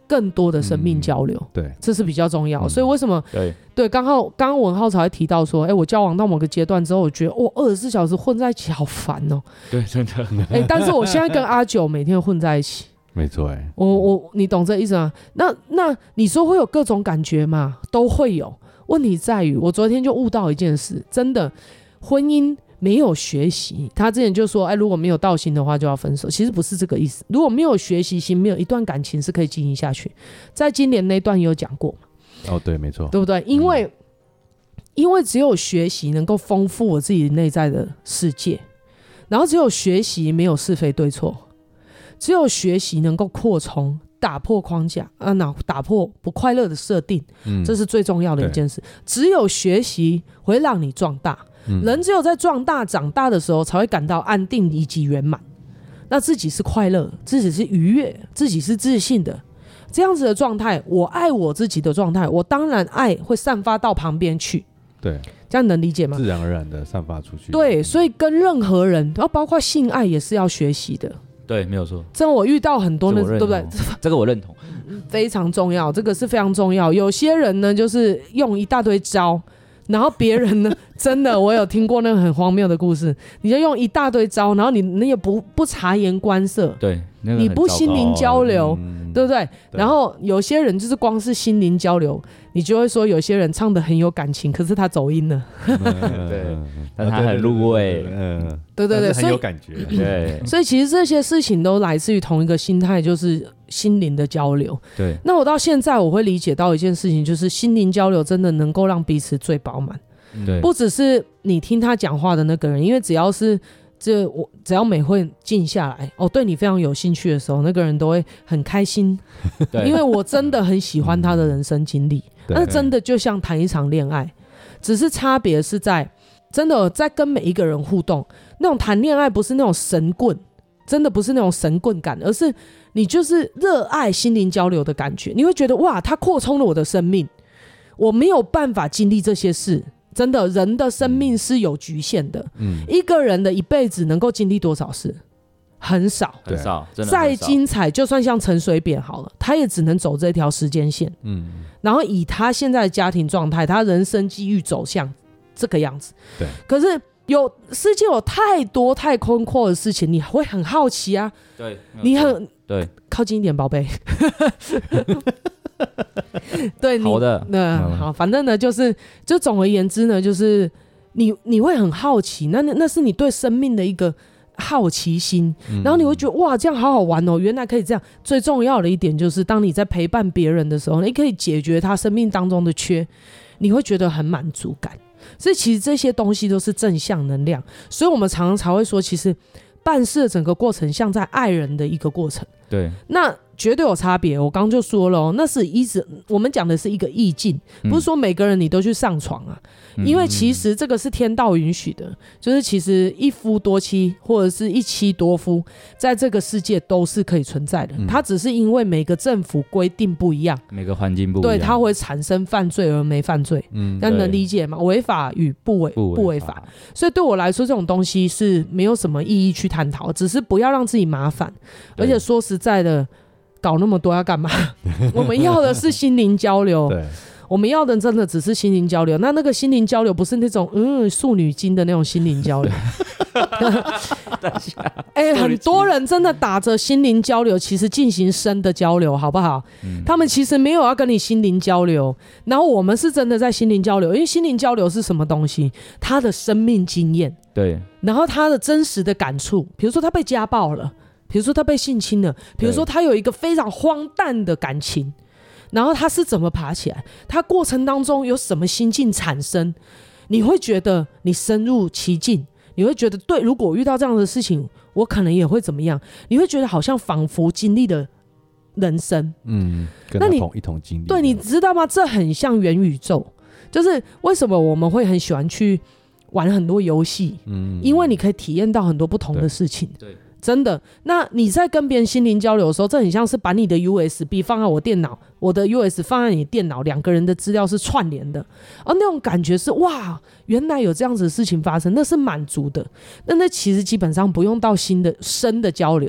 更多的生命交流， 嗯、对， 这是比较重要。 嗯、 所以为什么对对，刚好刚刚文浩才会提到说，哎，我交往到某个阶段之后，我觉得哇，二十四小时混在一起好烦哦。 对，真的。 哎，但是我现在跟阿九每天混在一起， 没错哎， 我我你懂这意思吗？那那你说会有各种感觉吗？都会有。问题在于，我昨天就悟到一件事，真的，婚姻没有学习。他之前就说，哎，如果没有道心的话，就要分手。其实不是这个意思。如果没有学习心，没有一段感情是可以经营下去。在今年那段也有讲过嘛？ 哦，对，没错， 对不对？因为、嗯、因为只有学习能够丰富我自己内在的世界，然后只有学习没有是非对错，只有学习能够扩充。打破框架啊，打破不快乐的设定、嗯，这是最重要的一件事。只有学习会让你壮大、嗯，人只有在壮大、长大的时候，才会感到安定以及圆满。那自己是快乐，自己是愉悦，自己是自信的，这样子的状态，我爱我自己的状态，我当然爱会散发到旁边去。 对， 这样能理解吗？ 自然而然的散发出去。 对，所以跟任何人，然后包括性爱也是要学习的。 对，没有错。 这我遇到很多呢，对不对？ 这个我认同， 非常重要，这个是非常重要。有些人呢，就是用一大堆招，然后别人呢，真的，我有听过那个很荒谬的故事，你就用一大堆招，然后你你也不不察言观色， 对，那个、 你不心灵交流、嗯，对不对？ 对， 然后有些人就是光是心灵交流，你就会说有些人唱得很有感情，可是他走音了， 对，但他很入味， 嗯，对对对， 很有感觉， 对， 所以其实这些事情都来自于同一个心态，就是心灵的交流。 对， 那我到现在我会理解到一件事情，就是心灵交流真的能够让彼此最饱满。 对， 不只是你听他讲话的那个人，因为只要是这我只要美慧静下来，哦，对你非常有兴趣的时候，那个人都会很开心，因为我真的很喜欢他的人生经历。那真的就像谈一场恋爱，只是差别是在真的在跟每一个人互动，那种谈恋爱不是那种神棍，真的不是那种神棍感，而是你就是热爱心灵交流的感觉。你会觉得哇，他扩充了我的生命，我没有办法经历这些事。真的，人的生命是有局限的。嗯，一个人的一辈子能够经历多少事？很少， 很少，真的再精彩，就算像陈水扁好了，他也只能走这条时间线。嗯，然后以他现在的家庭状态，他人生机遇走向这个样子。 对， 可是有世界有太多太空阔的事情，你会很好奇啊。 对， 你很对， 靠近一点，宝贝。对， 好的， 那、嗯、好，反正呢，就是就总而言之呢，就是你你会很好奇，那那是你对生命的一个好奇心，嗯、然后你会觉得哇，这样好好玩哦，原来可以这样。最重要的一点就是，当你在陪伴别人的时候，你可以解决他生命当中的缺，你会觉得很满足感。所以其实这些东西都是正向能量，所以我们常常才会说，其实办事的整个过程像在爱人的一个过程。 对， 那绝对有差别。我刚刚就说了、哦，那是一直我们讲的是一个意境，不是说每个人你都去上床啊、嗯，因为其实这个是天道允许的，就是其实一夫多妻或者是一妻多夫，在这个世界都是可以存在的。嗯、它只是因为每个政府规定不一样， 每个环境不一样， 对，它会产生犯罪而没犯罪。嗯，那能理解吗？违法与不违不违法，所以对我来说，这种东西是没有什么意义去探讨，只是不要让自己麻烦。而且说实在的。搞那么多要干嘛？我们要的是心灵交流。对，我们要的真的只是心灵交流。那那个心灵交流不是那种嗯素女经的那种心灵交流。哎、欸，很多人真的打着心灵交流，其实进行身的交流，好不好、嗯？他们其实没有要跟你心灵交流，然后我们是真的在心灵交流。因为心灵交流是什么东西？他的生命经验， 对， 然后他的真实的感触，比如说他被家暴了。比如说他被性侵了，比如说他有一个非常荒诞的感情，然后他是怎么爬起来，他过程当中有什么心境产生，你会觉得你深入其境，你会觉得对，如果我遇到这样的事情我可能也会怎么样，你会觉得好像仿佛经历了人生， 嗯，跟他同一同经历。 对，你知道吗？这很像元宇宙，就是为什么我们会很喜欢去玩很多游戏，嗯，因为你可以体验到很多不同的事情。 对， 真的，那你在跟别人心灵交流的时候，这很像是把你的 U S B 放在我电脑，我的 U S B 放在你电脑，两个人的资料是串联的，而那种感觉是哇，原来有这样子的事情发生，那是满足的。那那其实基本上不用到新的深的交流，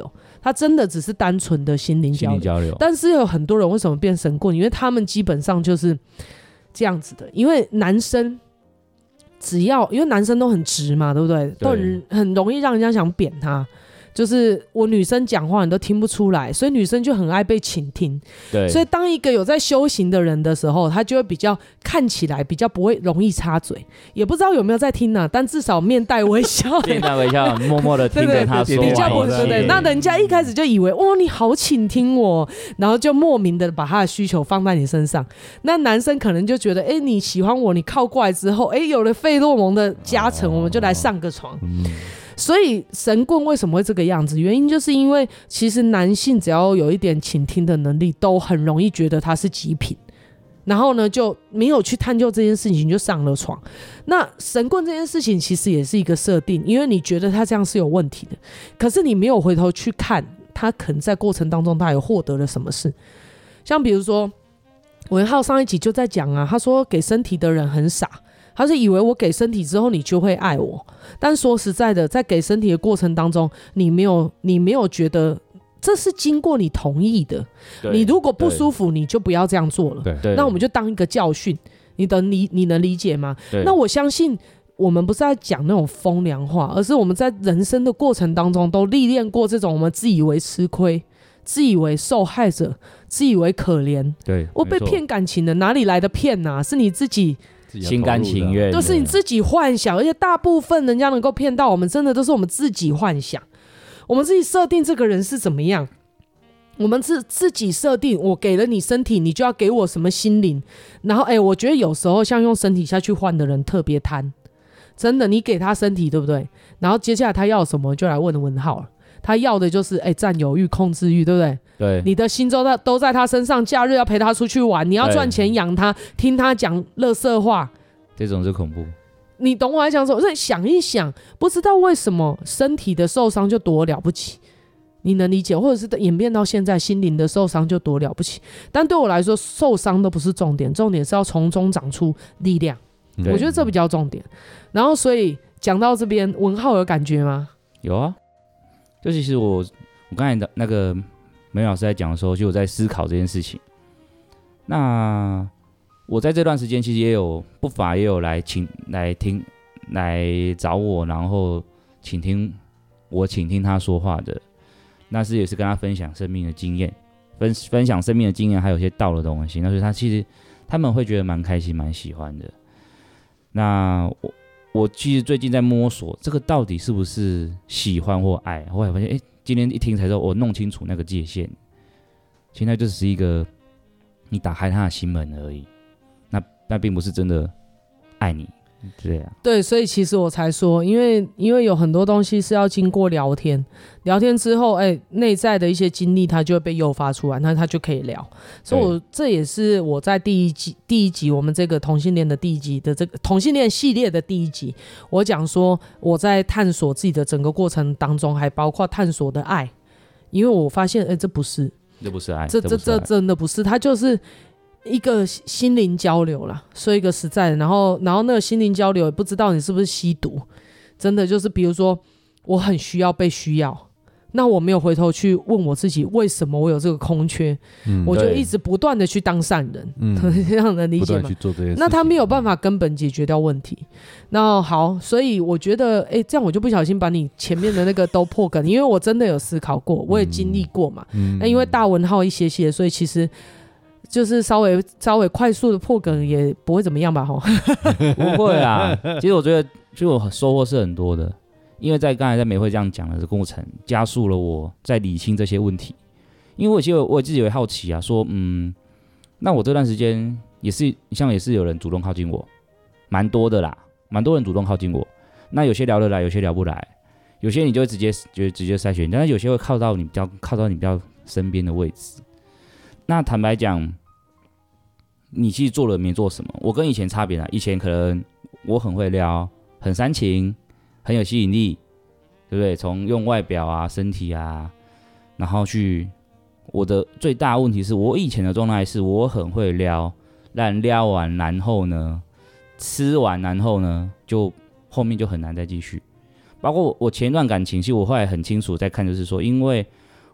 他真的只是单纯的心灵交流。 交流但是有很多人为什么变神棍？因为他们基本上就是这样子的，因为男生只要因为男生都很直嘛，对不对？ 对都很很容易让人家想扁他。就是我女生讲话你都听不出来，所以女生就很爱被倾听。 对， 所以当一个有在修行的人的时候，他就会比较看起来比较不会容易插嘴，也不知道有没有在听啊，但至少面带微笑， 面带微笑，默默的听着他说比较不完一切。 对对，那人家一开始就以为哇你好倾听我，然后就莫名的把他的需求放在你身上。那男生可能就觉得，哎，你喜欢我，你靠过来之后，哎，有了费洛蒙的加成，我们就来上个床。 嗯所以神棍为什么会这个样子？原因就是因为其实男性只要有一点倾听的能力，都很容易觉得他是极品，然后呢就没有去探究这件事情就上了床。那神棍这件事情其实也是一个设定，因为你觉得他这样是有问题的，可是你没有回头去看他可能在过程当中他有获得了什么事。像比如说文浩上一集就在讲啊，他说给身体的人很傻，他是以为我给身体之后你就会爱我，但说实在的，在给身体的过程当中，你没有你没有觉得这是经过你同意的，你如果不舒服，你就不要这样做了。 对， 那我们就当一个教训，你的你你能理解吗？那我相信我们不是在讲那种风凉话，而是我们在人生的过程当中都历练过这种我们自以为吃亏、自以为受害者、自以为可怜。 对， 我被骗感情的，哪里来的骗啊？是你自己。 心甘情愿， 都是你自己幻想，而且大部分人家能够骗到我们，真的都是我们自己幻想。我们自己设定这个人是怎么样，我们自自己设定，我给了你身体，你就要给我什么心灵。然后，哎、欸，我觉得有时候像用身体下去换的人特别贪，真的，你给他身体，对不对？然后接下来他要什么，就来问文浩了。他要的就是哎占有欲、控制欲，对不对？ 对， 你的心都在都在他身上，假日要陪他出去玩，你要赚钱养他，听他讲垃圾话， 这种是恐怖。 你懂我在讲什么？所以想一想，不知道为什么身体的受伤就多了不起，你能理解？或者是演变到现在心灵的受伤就多了不起？但对我来说，受伤都不是重点，重点是要从中长出力量。我觉得这比较重点。然后，所以讲到这边，文浩有感觉吗？ 有啊。就其实我我刚才的那个梅老师在讲的时候，就有在思考这件事情。那我在这段时间其实也有不乏也有来请来听来找我，然后倾听我倾听他说话的。那是也是跟他分享生命的经验，分分享生命的经验，还有一些道的东西。那所以他其实他们会觉得蛮开心、蛮喜欢的。那我。我其实最近在摸索这个到底是不是喜欢或爱，后来发现，哎，今天一听才知道，我弄清楚那个界限，现在就只是一个你打开他的心门而已，那那并不是真的爱你，对啊， 对，所以其实我才说，因为因为有很多东西是要经过聊天，聊天之后，哎，内在的一些经历它就会被诱发出来，那它就可以聊。所以我这也是我在第一集第一集我们这个同性恋的第一集的这个同性恋系列的第一集，我讲说我在探索自己的整个过程当中，还包括探索的爱，因为我发现，哎，这不是， 这不是爱， 这这这真的不是，它就是一个心灵交流啦，说一个实在的，然后然后那个心灵交流也不知道你是不是吸毒，真的就是比如说我很需要被需要，那我没有回头去问我自己为什么我有这个空缺，嗯、我就一直不断的去当善人，嗯、这样能理解吗？ 去做这些事情， 那他没有办法根本解决掉问题。那好，所以我觉得，哎，这样我就不小心把你前面的那个都破梗，因为我真的有思考过，我也经历过嘛。嗯、那因为大文浩一些些，所以其实。就是稍微稍微快速的破梗也不会怎么样吧，吼。 不会啊，其实我觉得，其实我收获是很多的，因为在刚才在美会这样讲的过程，加速了我在理清这些问题。因为我其实我自己也会好奇啊，说，嗯，那我这段时间也是像也是有人主动靠近我，蛮多的啦，蛮多人主动靠近我。那有些聊得来，有些聊不来，有些你就会直接就直接筛选，但是有些会靠到你比较靠到你比较身边的位置。那坦白讲，你其实做了没做什么？我跟以前差别啊，以前可能我很会撩，很煽情，很有吸引力，对不对？从用外表啊、身体啊，然后去，我的最大的问题是我以前的状态是我很会撩，但撩完然后呢，吃完然后呢，就后面就很难再继续。包括我前一段感情，其实我后来很清楚在看，就是说，因为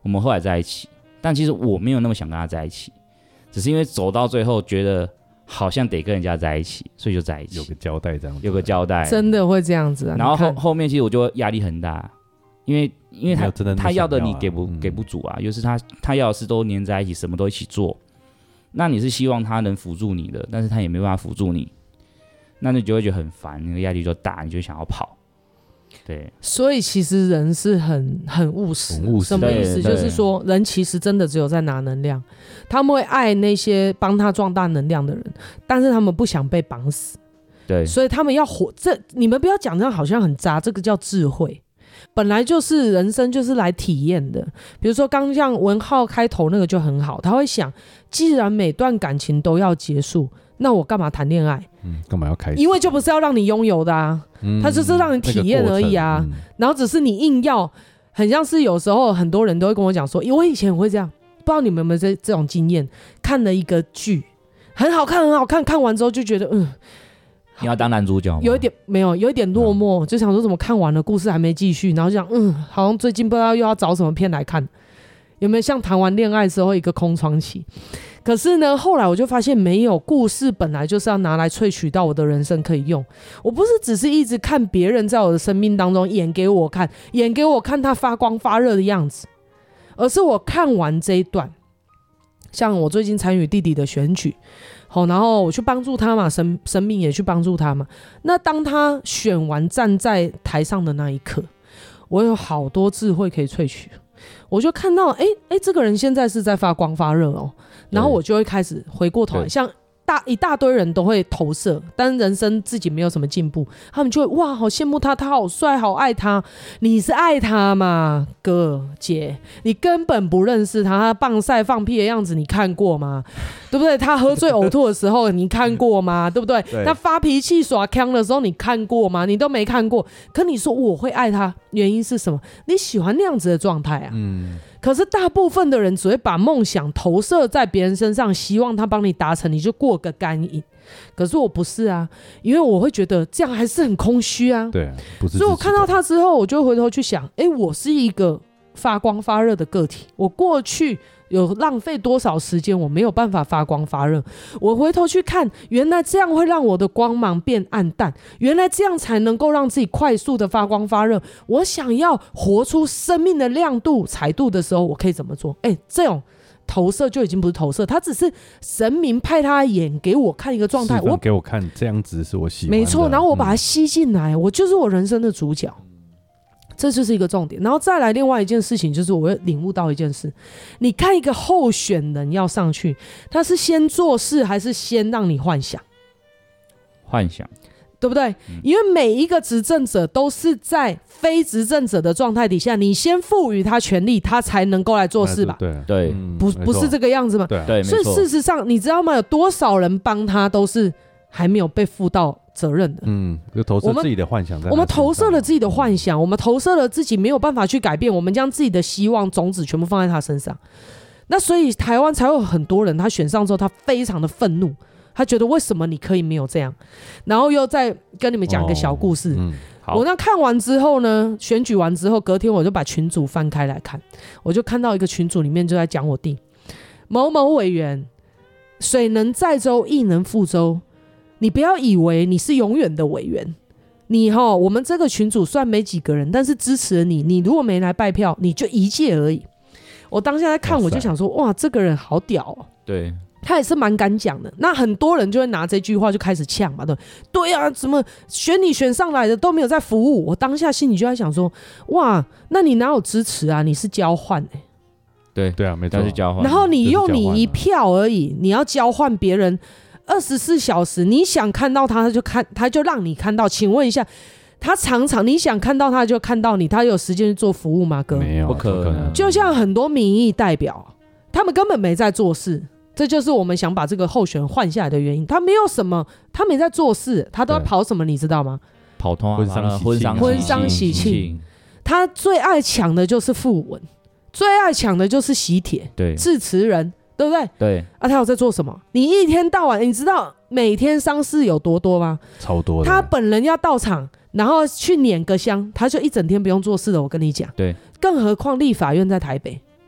我们后来在一起，但其实我没有那么想跟他在一起，只是因为走到最后觉得好像得跟人家在一起，所以就在一起， 有个交代这样子， 有个交代， 真的会这样子啊。 然后 后, 后面其实我就压力很大，因为因为他真的、啊、 他要的你给不、 嗯、 给不足啊，就是他他要的是都黏在一起，什么都一起做，那你是希望他能辅助你的，但是他也没办法辅助你，那你就会觉得很烦，那个压力就大，你就想要跑。对， 所以其实人是很很务实， 很务实什么意思？就是说，人其实真的只有在拿能量，他们会爱那些帮他壮大能量的人，但是他们不想被绑死， 对， 所以他们要活。这你们不要讲这样，好像很渣，这个叫智慧。本来就是人生就是来体验的，比如说刚像文浩开头那个就很好，他会想，既然每段感情都要结束，那我干嘛谈恋爱？ 嗯，干嘛要开始？ 因为就不是要让你拥有的啊，嗯、它就是让你体验而已啊、那個嗯。然后只是你硬要，很像是有时候很多人都会跟我讲说，因为我以前会这样，不知道你们有没有 这, 这种经验？看了一个剧，很好看，很好看，看完之后就觉得，嗯， 你要当男主角吗？ 有一点没有，有一点落寞，嗯、就想说怎么看完了，故事还没继续，然后就想，嗯，好像最近不知道又要找什么片来看，有没有像谈完恋爱之后一个空窗期？可是呢，后来我就发现没有，故事本来就是要拿来萃取到我的人生可以用。我不是只是一直看别人在我的生命当中演给我看，演给我看他发光发热的样子，而是我看完这一段，像我最近参与弟弟的选举，好，然后我去帮助他嘛，生生命也去帮助他嘛。那当他选完站在台上的那一刻，我有好多智慧可以萃取。我就看到，哎哎，这个人现在是在发光发热哦。然后我就会开始回过头来，像大一大堆人都会投射，但人生自己没有什么进步，他们就会哇，好羡慕他，他好帅，好爱他。你是爱他吗，哥姐？你根本不认识他，他棒晒放屁的样子你看过吗？对不对？他喝醉呕吐的时候你看过吗？对不对？ 对， 他发脾气耍腔的时候你看过吗？你都没看过。可你说我会爱他，原因是什么？你喜欢那样子的状态啊。嗯。可是大部分的人只会把梦想投射在别人身上，希望他帮你达成，你就过个干瘾。可是我不是啊，因为我会觉得这样还是很空虚啊。 对啊，不是。 所以我看到他之后，我就回头去想，哎，我是一个发光发热的个体，我过去有浪费多少时间，我没有办法发光发热。我回头去看，原来这样会让我的光芒变暗淡，原来这样才能够让自己快速的发光发热。我想要活出生命的亮度彩度的时候，我可以怎么做？哎，这种投射就已经不是投射，他只是神明派他演给我看一个状态， 我给我看这样子是我喜欢的， 没错，然后我把它吸进来、嗯、我就是我人生的主角，这就是一个重点。然后再来另外一件事情，就是我会领悟到一件事，你看一个候选人要上去，他是先做事还是先让你幻想？ 幻想， 对不对、嗯、因为每一个执政者都是在非执政者的状态底下，你先赋予他权力，他才能够来做事吧？ 对对、 嗯、不, 不是这个样子吗？ 对， 所以事实上你知道吗，有多少人帮他都是还没有被负到责任的。 嗯，就投射自己的幻想在我们投射了自己的幻想，我们投射了自己没有办法去改变，我们将自己的希望种子全部放在他身上。那所以台湾才有很多人他选上之后他非常的愤怒，他觉得为什么你可以没有这样。然后又再跟你们讲一个小故事、哦嗯、我那看完之后呢，选举完之后隔天我就把群组翻开来看，我就看到一个群组里面就在讲我弟某某委员，水能载舟亦能覆舟，你不要以为你是永远的委员，你齁，我们这个群组虽然没几个人，但是支持了你，你如果没来拜票你就一届而已。我当下在看我就想说，哇，这个人好屌哦。 对， 他也是蛮敢讲的。那很多人就会拿这句话就开始呛嘛，对对啊，怎么选你选上来的都没有在服务？我当下心里就在想说，哇，那你哪有支持啊？你是交换哎、欸。 对对啊，没错， 是交换。 然后你用你一票而已，你要交换别人二十四小时，你想看到他，他就看，他就让你看到。请问一下，他常常你想看到他就看到你，他有时间去做服务吗？哥， 没有， 不可能。 就像很多民意代表，他们根本没在做事。这就是我们想把这个候选人换下来的原因。他没有什么，他没在做事，他都在跑什么，你知道吗？ 跑通婚丧婚丧婚丧喜庆。他最爱抢的就是讣文，最爱抢的就是喜帖， 对， 致辞人，对不对？ 对。 啊，他有在做什么？你一天到晚，你知道每天丧事有多多吗？ 超多的。 他本人要到场，然后去捻个香，他就一整天不用做事了。我跟你讲， 对。 更何况立法院在台北。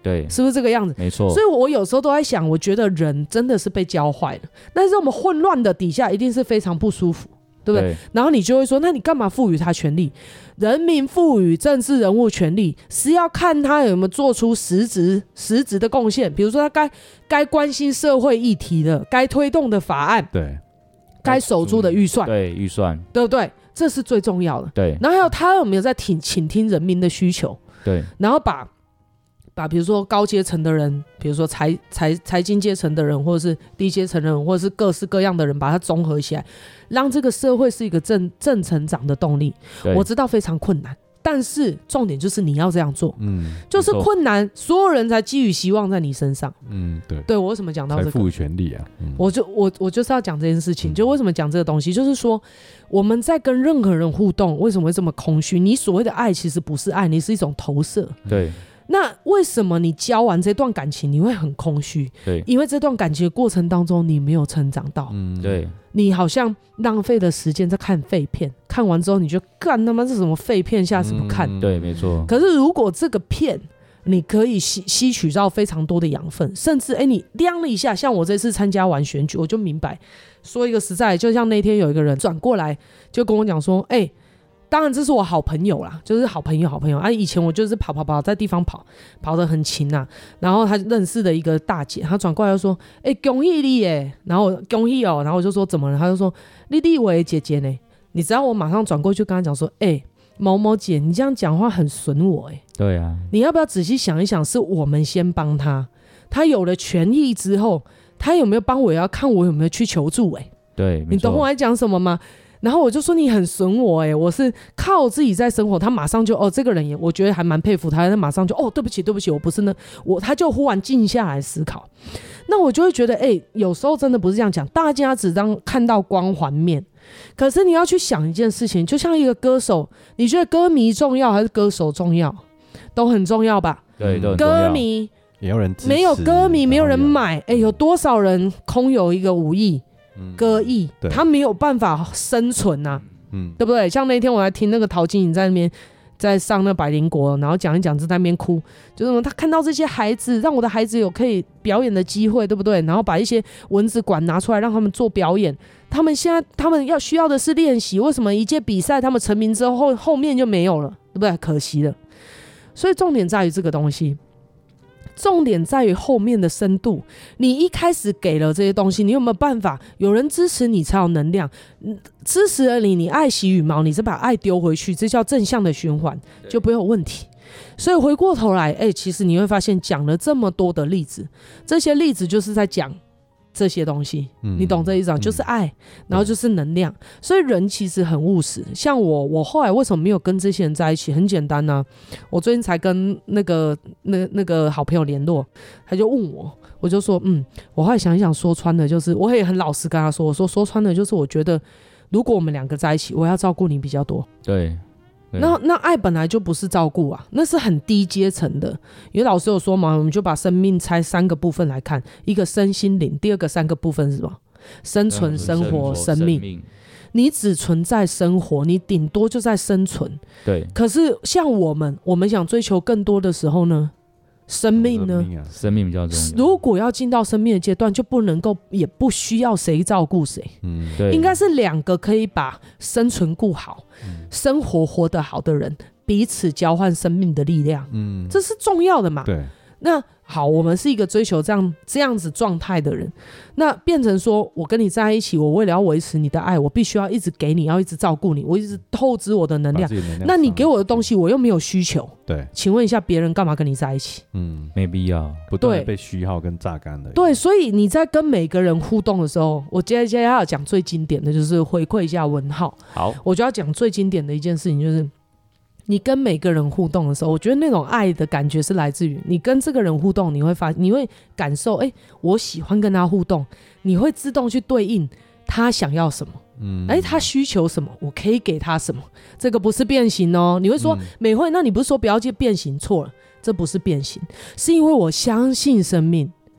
对， 是不是这个样子？ 没错。 所以我有时候都在想，我觉得人真的是被教坏了，但是我们混乱的底下一定是非常不舒服，对不对？对，然后你就会说，那你干嘛赋予他权利？人民赋予政治人物权利，是要看他有没有做出实质实质的贡献，比如说他该该关心社会议题的，该推动的法案， 对， 该守住的预算， 对，预算， 对不对？这是最重要的。 对， 然后还有他有没有在倾倾听人民的需求？ 对， 然后把把比如说高阶层的人，比如说财财财经阶层的人，或者是低阶层的人，或者是各式各样的人，把它综合起来，让这个社会是一个正正成长的动力。我知道非常困难，但是重点就是你要这样做，嗯，就是困难，所有人才寄予希望在你身上，嗯，对，对我为什么讲到这个？ 才赋予权利啊，嗯、 我就我我就是要讲这件事情，就为什么讲这个东西，就是说我们在跟任何人互动，为什么会这么空虚？你所谓的爱其实不是爱，你是一种投射， 对。 那为什么你交完这段感情你会很空虚？ 对， 因为这段感情的过程当中你没有成长到， 嗯，对， 你好像浪费了时间在看废片，看完之后你就干他妈是什么废片，下次不看。 嗯、对，没错。 可是如果这个片你可以 吸, 吸取到非常多的养分，甚至哎你量了一下，像我这次参加完选举，我就明白，说一个实在，就像那天有一个人转过来就跟我讲说，哎。当然这是我好朋友啦，就是好朋友好朋友啊！以前我就是跑跑跑在地方跑，跑得很勤啊。然后他认识的一个大姐，她转过来就说：“哎、欸，恭喜你耶！”然后我恭喜哦，然后我就说怎么了？她就说：“你立伟姐姐呢？”你知道我马上转过去跟她讲说：“哎、欸，某某姐，你这样讲话很损我哎。” 对啊， 你要不要仔细想一想？是我们先帮她，她有了权益之后，她有没有帮我？也要看我有没有去求助哎。 对， 你懂我在讲什么吗？然后我就说你很损我哎、欸，我是靠自己在生活。他马上就哦，这个人也我觉得还蛮佩服他，他马上就哦，对不起对不起，我不是那我，他就忽然静下来思考。那我就会觉得哎、欸，有时候真的不是这样讲，大家只当看到光环面，可是你要去想一件事情，就像一个歌手，你觉得歌迷重要还是歌手重要？都很重要吧？ 对，都很重要。 歌迷也有人支持， 没有歌迷没有人买，哎、欸，有多少人空有一个五亿？歌艺、嗯，他没有办法生存啊，嗯，对不对？像那天我还听那个陶晶莹在那边在上那百灵国，然后讲一讲，在那边哭，就是他看到这些孩子，让我的孩子有可以表演的机会，对不对？然后把一些蚊子馆拿出来让他们做表演，他们现在他们要需要的是练习，为什么一届比赛他们成名之后 后, 后面就没有了，对不对？可惜了。所以重点在于这个东西。重点在于后面的深度，你一开始给了这些东西，你有没有办法？有人支持你才有能量，支持了你，你爱惜羽毛，你再把爱丢回去，这叫正向的循环，就不会有问题。所以回过头来，哎、欸，其实你会发现，讲了这么多的例子，这些例子就是在讲这些东西，嗯、你懂这意思吗？嗯、就是爱，然后就是能量。所以人其实很务实。像我，我后来为什么没有跟这些人在一起？很简单啊，我最近才跟那个那那个好朋友联络，他就问我，我就说，嗯，我后来想一想，说穿的就是，我也很老实跟他说，我说说穿的就是，我觉得如果我们两个在一起，我要照顾你比较多。 对。 那那爱本来就不是照顾啊，那是很低阶层的。因为老师有说嘛，我们就把生命拆三个部分来看，一个身心灵，第二个三个部分是什么？生存、生活、生命。生命你只存在生活，你顶多就在生存。 对。 可是像我们，我们想追求更多的时候呢？生命呢？ 生命比较重要。 如果要进到生命的阶段，就不能够，也不需要谁照顾谁。 嗯，对。 应该是两个可以把生存顾好、嗯、生活活得好的人，彼此交换生命的力量。嗯，这是重要的嘛？ 对。 那好，我们是一个追求这样这样子状态的人，那变成说我跟你在一起，我为了要维持你的爱，我必须要一直给你，要一直照顾你，我一直透支我的能量。 能量那你给我的东西，我又没有需求。 对， 请问一下，别人干嘛跟你在一起？ 嗯，没必要， 不断的被虚耗跟榨干的。 对，所以你在跟每个人互动的时候，我接下来要讲最经典的就是回馈一下文浩。 好， 我就要讲最经典的一件事情，就是你跟每个人互动的时候，我觉得那种爱的感觉是来自于你跟这个人互动，你会发，你会感受，哎、欸，我喜欢跟他互动，你会自动去对应他想要什么，嗯，哎、欸，他需求什么，我可以给他什么，这个不是变形哦。你会说、嗯、美惠，那你不是说不要变形？错了，这不是变形，是因为我相信生命。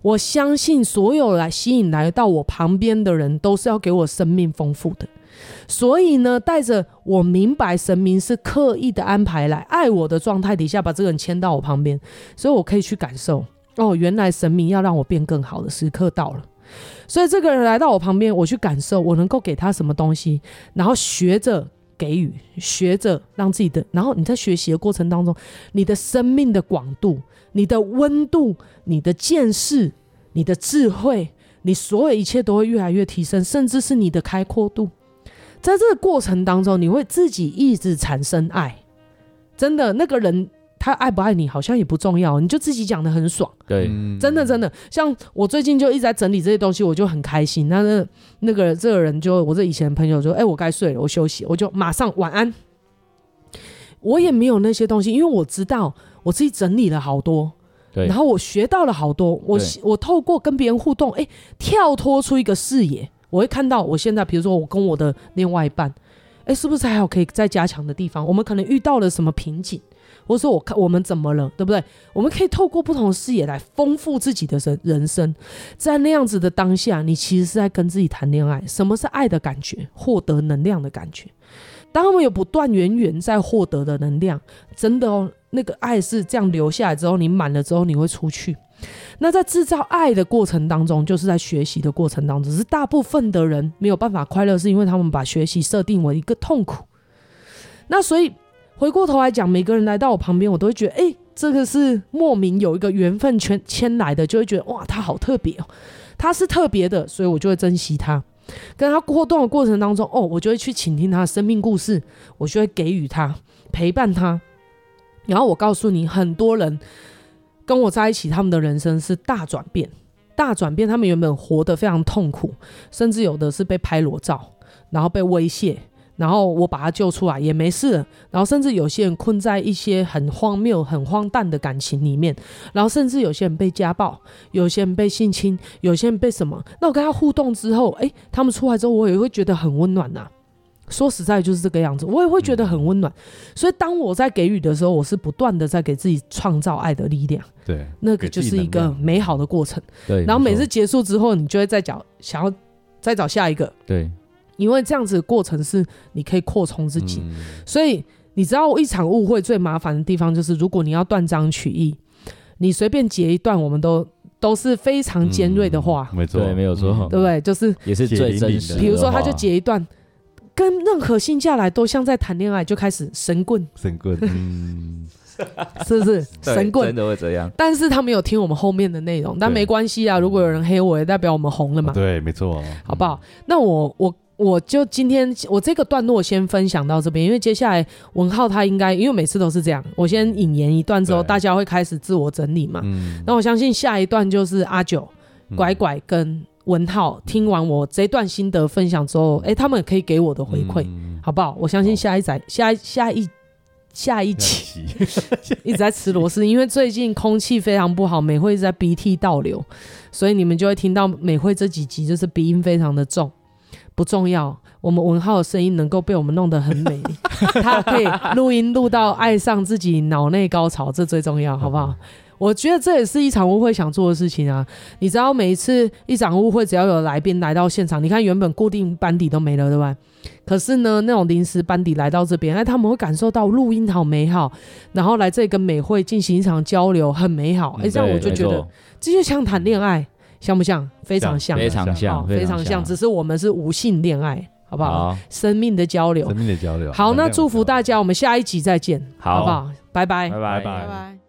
我相信所有来吸引来到我旁边的人都是要给我生命丰富的，所以呢，带着我明白神明是刻意的安排来爱我的状态底下，把这个人牵到我旁边，所以我可以去感受，哦，原来神明要让我变更好的时刻到了。所以这个人来到我旁边，我去感受我能够给他什么东西，然后学着给予，学着让自己的，然后你在学习的过程当中，你的生命的广度，你的温度，你的见识，你的智慧，你所有一切都会越来越提升，甚至是你的开阔度。在这个过程当中，你会自己一直产生爱。真的，那个人他爱不爱你好像也不重要，你就自己讲得很爽。 对， 真的真的，像我最近就一直在整理这些东西，我就很开心。那那那个这个人就我这以前的朋友就，哎、欸，我该睡了，我休息，我就马上晚安。我也没有那些东西，因为我知道我自己整理了好多， 对， 然后我学到了好多。我我透过跟别人互动，哎、欸，跳脱出一个视野，我会看到我现在，比如说我跟我的另外一半，哎、欸，是不是还有可以再加强的地方？我们可能遇到了什么瓶颈？或者说我看我们怎么了，对不对？我们可以透过不同的视野来丰富自己的人生。在那样子的当下，你其实是在跟自己谈恋爱。什么是爱的感觉？获得能量的感觉。当我们有不断源源在获得的能量，真的哦，那个爱是这样留下来之后，你满了之后你会出去。那在制造爱的过程当中，就是在学习的过程当中，只是大部分的人没有办法快乐，是因为他们把学习设定为一个痛苦。那所以回过头来讲，每个人来到我旁边，我都会觉得，哎、欸，这个是莫名有一个缘分牵来的，就会觉得哇，他好特别哦，他是特别的，所以我就会珍惜他。跟他互动的过程当中，哦，我就会去倾听他的生命故事，我就会给予他，陪伴他。然后我告诉你，很多人跟我在一起，他们的人生是大转变，大转变。他们原本活得非常痛苦，甚至有的是被拍裸照，然后被威胁。然后我把他救出来也没事了，然后甚至有些人困在一些很荒谬很荒诞的感情里面，然后甚至有些人被家暴，有些人被性侵，有些人被什么。那我跟他互动之后，哎，他们出来之后我也会觉得很温暖啊。说实在就是这个样子，我也会觉得很温暖。所以当我在给予的时候，我是不断的在给自己创造爱的力量。 对， 那个就是一个美好的过程。 对， 然后每次结束之后，你就会再找想要再找下一个。 对。 因为这样子的过程是你可以扩充自己、嗯、所以你知道一场误会最麻烦的地方就是如果你要断章取义，你随便截一段我们都都是非常尖锐的话、 嗯、没错， 对，没有错、嗯、 对不对？就是也是最真实的。 比如说他就截一段跟任何性下来都像在谈恋爱，就开始神棍神棍嗯是不是神棍真的会这样？ 但是他没有听我们后面的内容，但没关系啊，如果有人黑我也代表我们红了嘛、 哦、对，没错， 好不好、嗯、那我我我就今天我这个段落先分享到这边，因为接下来文浩他应该因为每次都是这样，我先引言一段之后大家会开始自我整理嘛、嗯、那我相信下一段就是阿九、嗯、拐拐跟文浩听完我这段心得分享之后，哎，他们可以给我的回馈、嗯、好不好？我相信下一载下下一下一集一直在吃螺丝，因为最近空气非常不好，美惠一直在鼻涕倒流，所以你们就会听到美惠这几集就是鼻音非常的重。不重要，我们文浩的声音能够被我们弄得很美丽他可以录音录到爱上自己脑内高潮，这最重要，好不好？我觉得这也是一场误会想做的事情啊！你知道每一次一场误会只要有来宾来到现场，你看原本固定班底都没了，对吧？可是呢那种临时班底来到这边，哎，他们会感受到录音好美好，然后来这里跟美惠进行一场交流很美好，哎，这样我就觉得这就像谈恋爱，像不像？非常像， 非常像、 哦、非常像，只是我们是无性恋爱，好不好？好，生命的交流， 生命的交流。 好，那祝福大家，我们下一集再见，好，好不好？拜拜， 拜拜， 拜拜。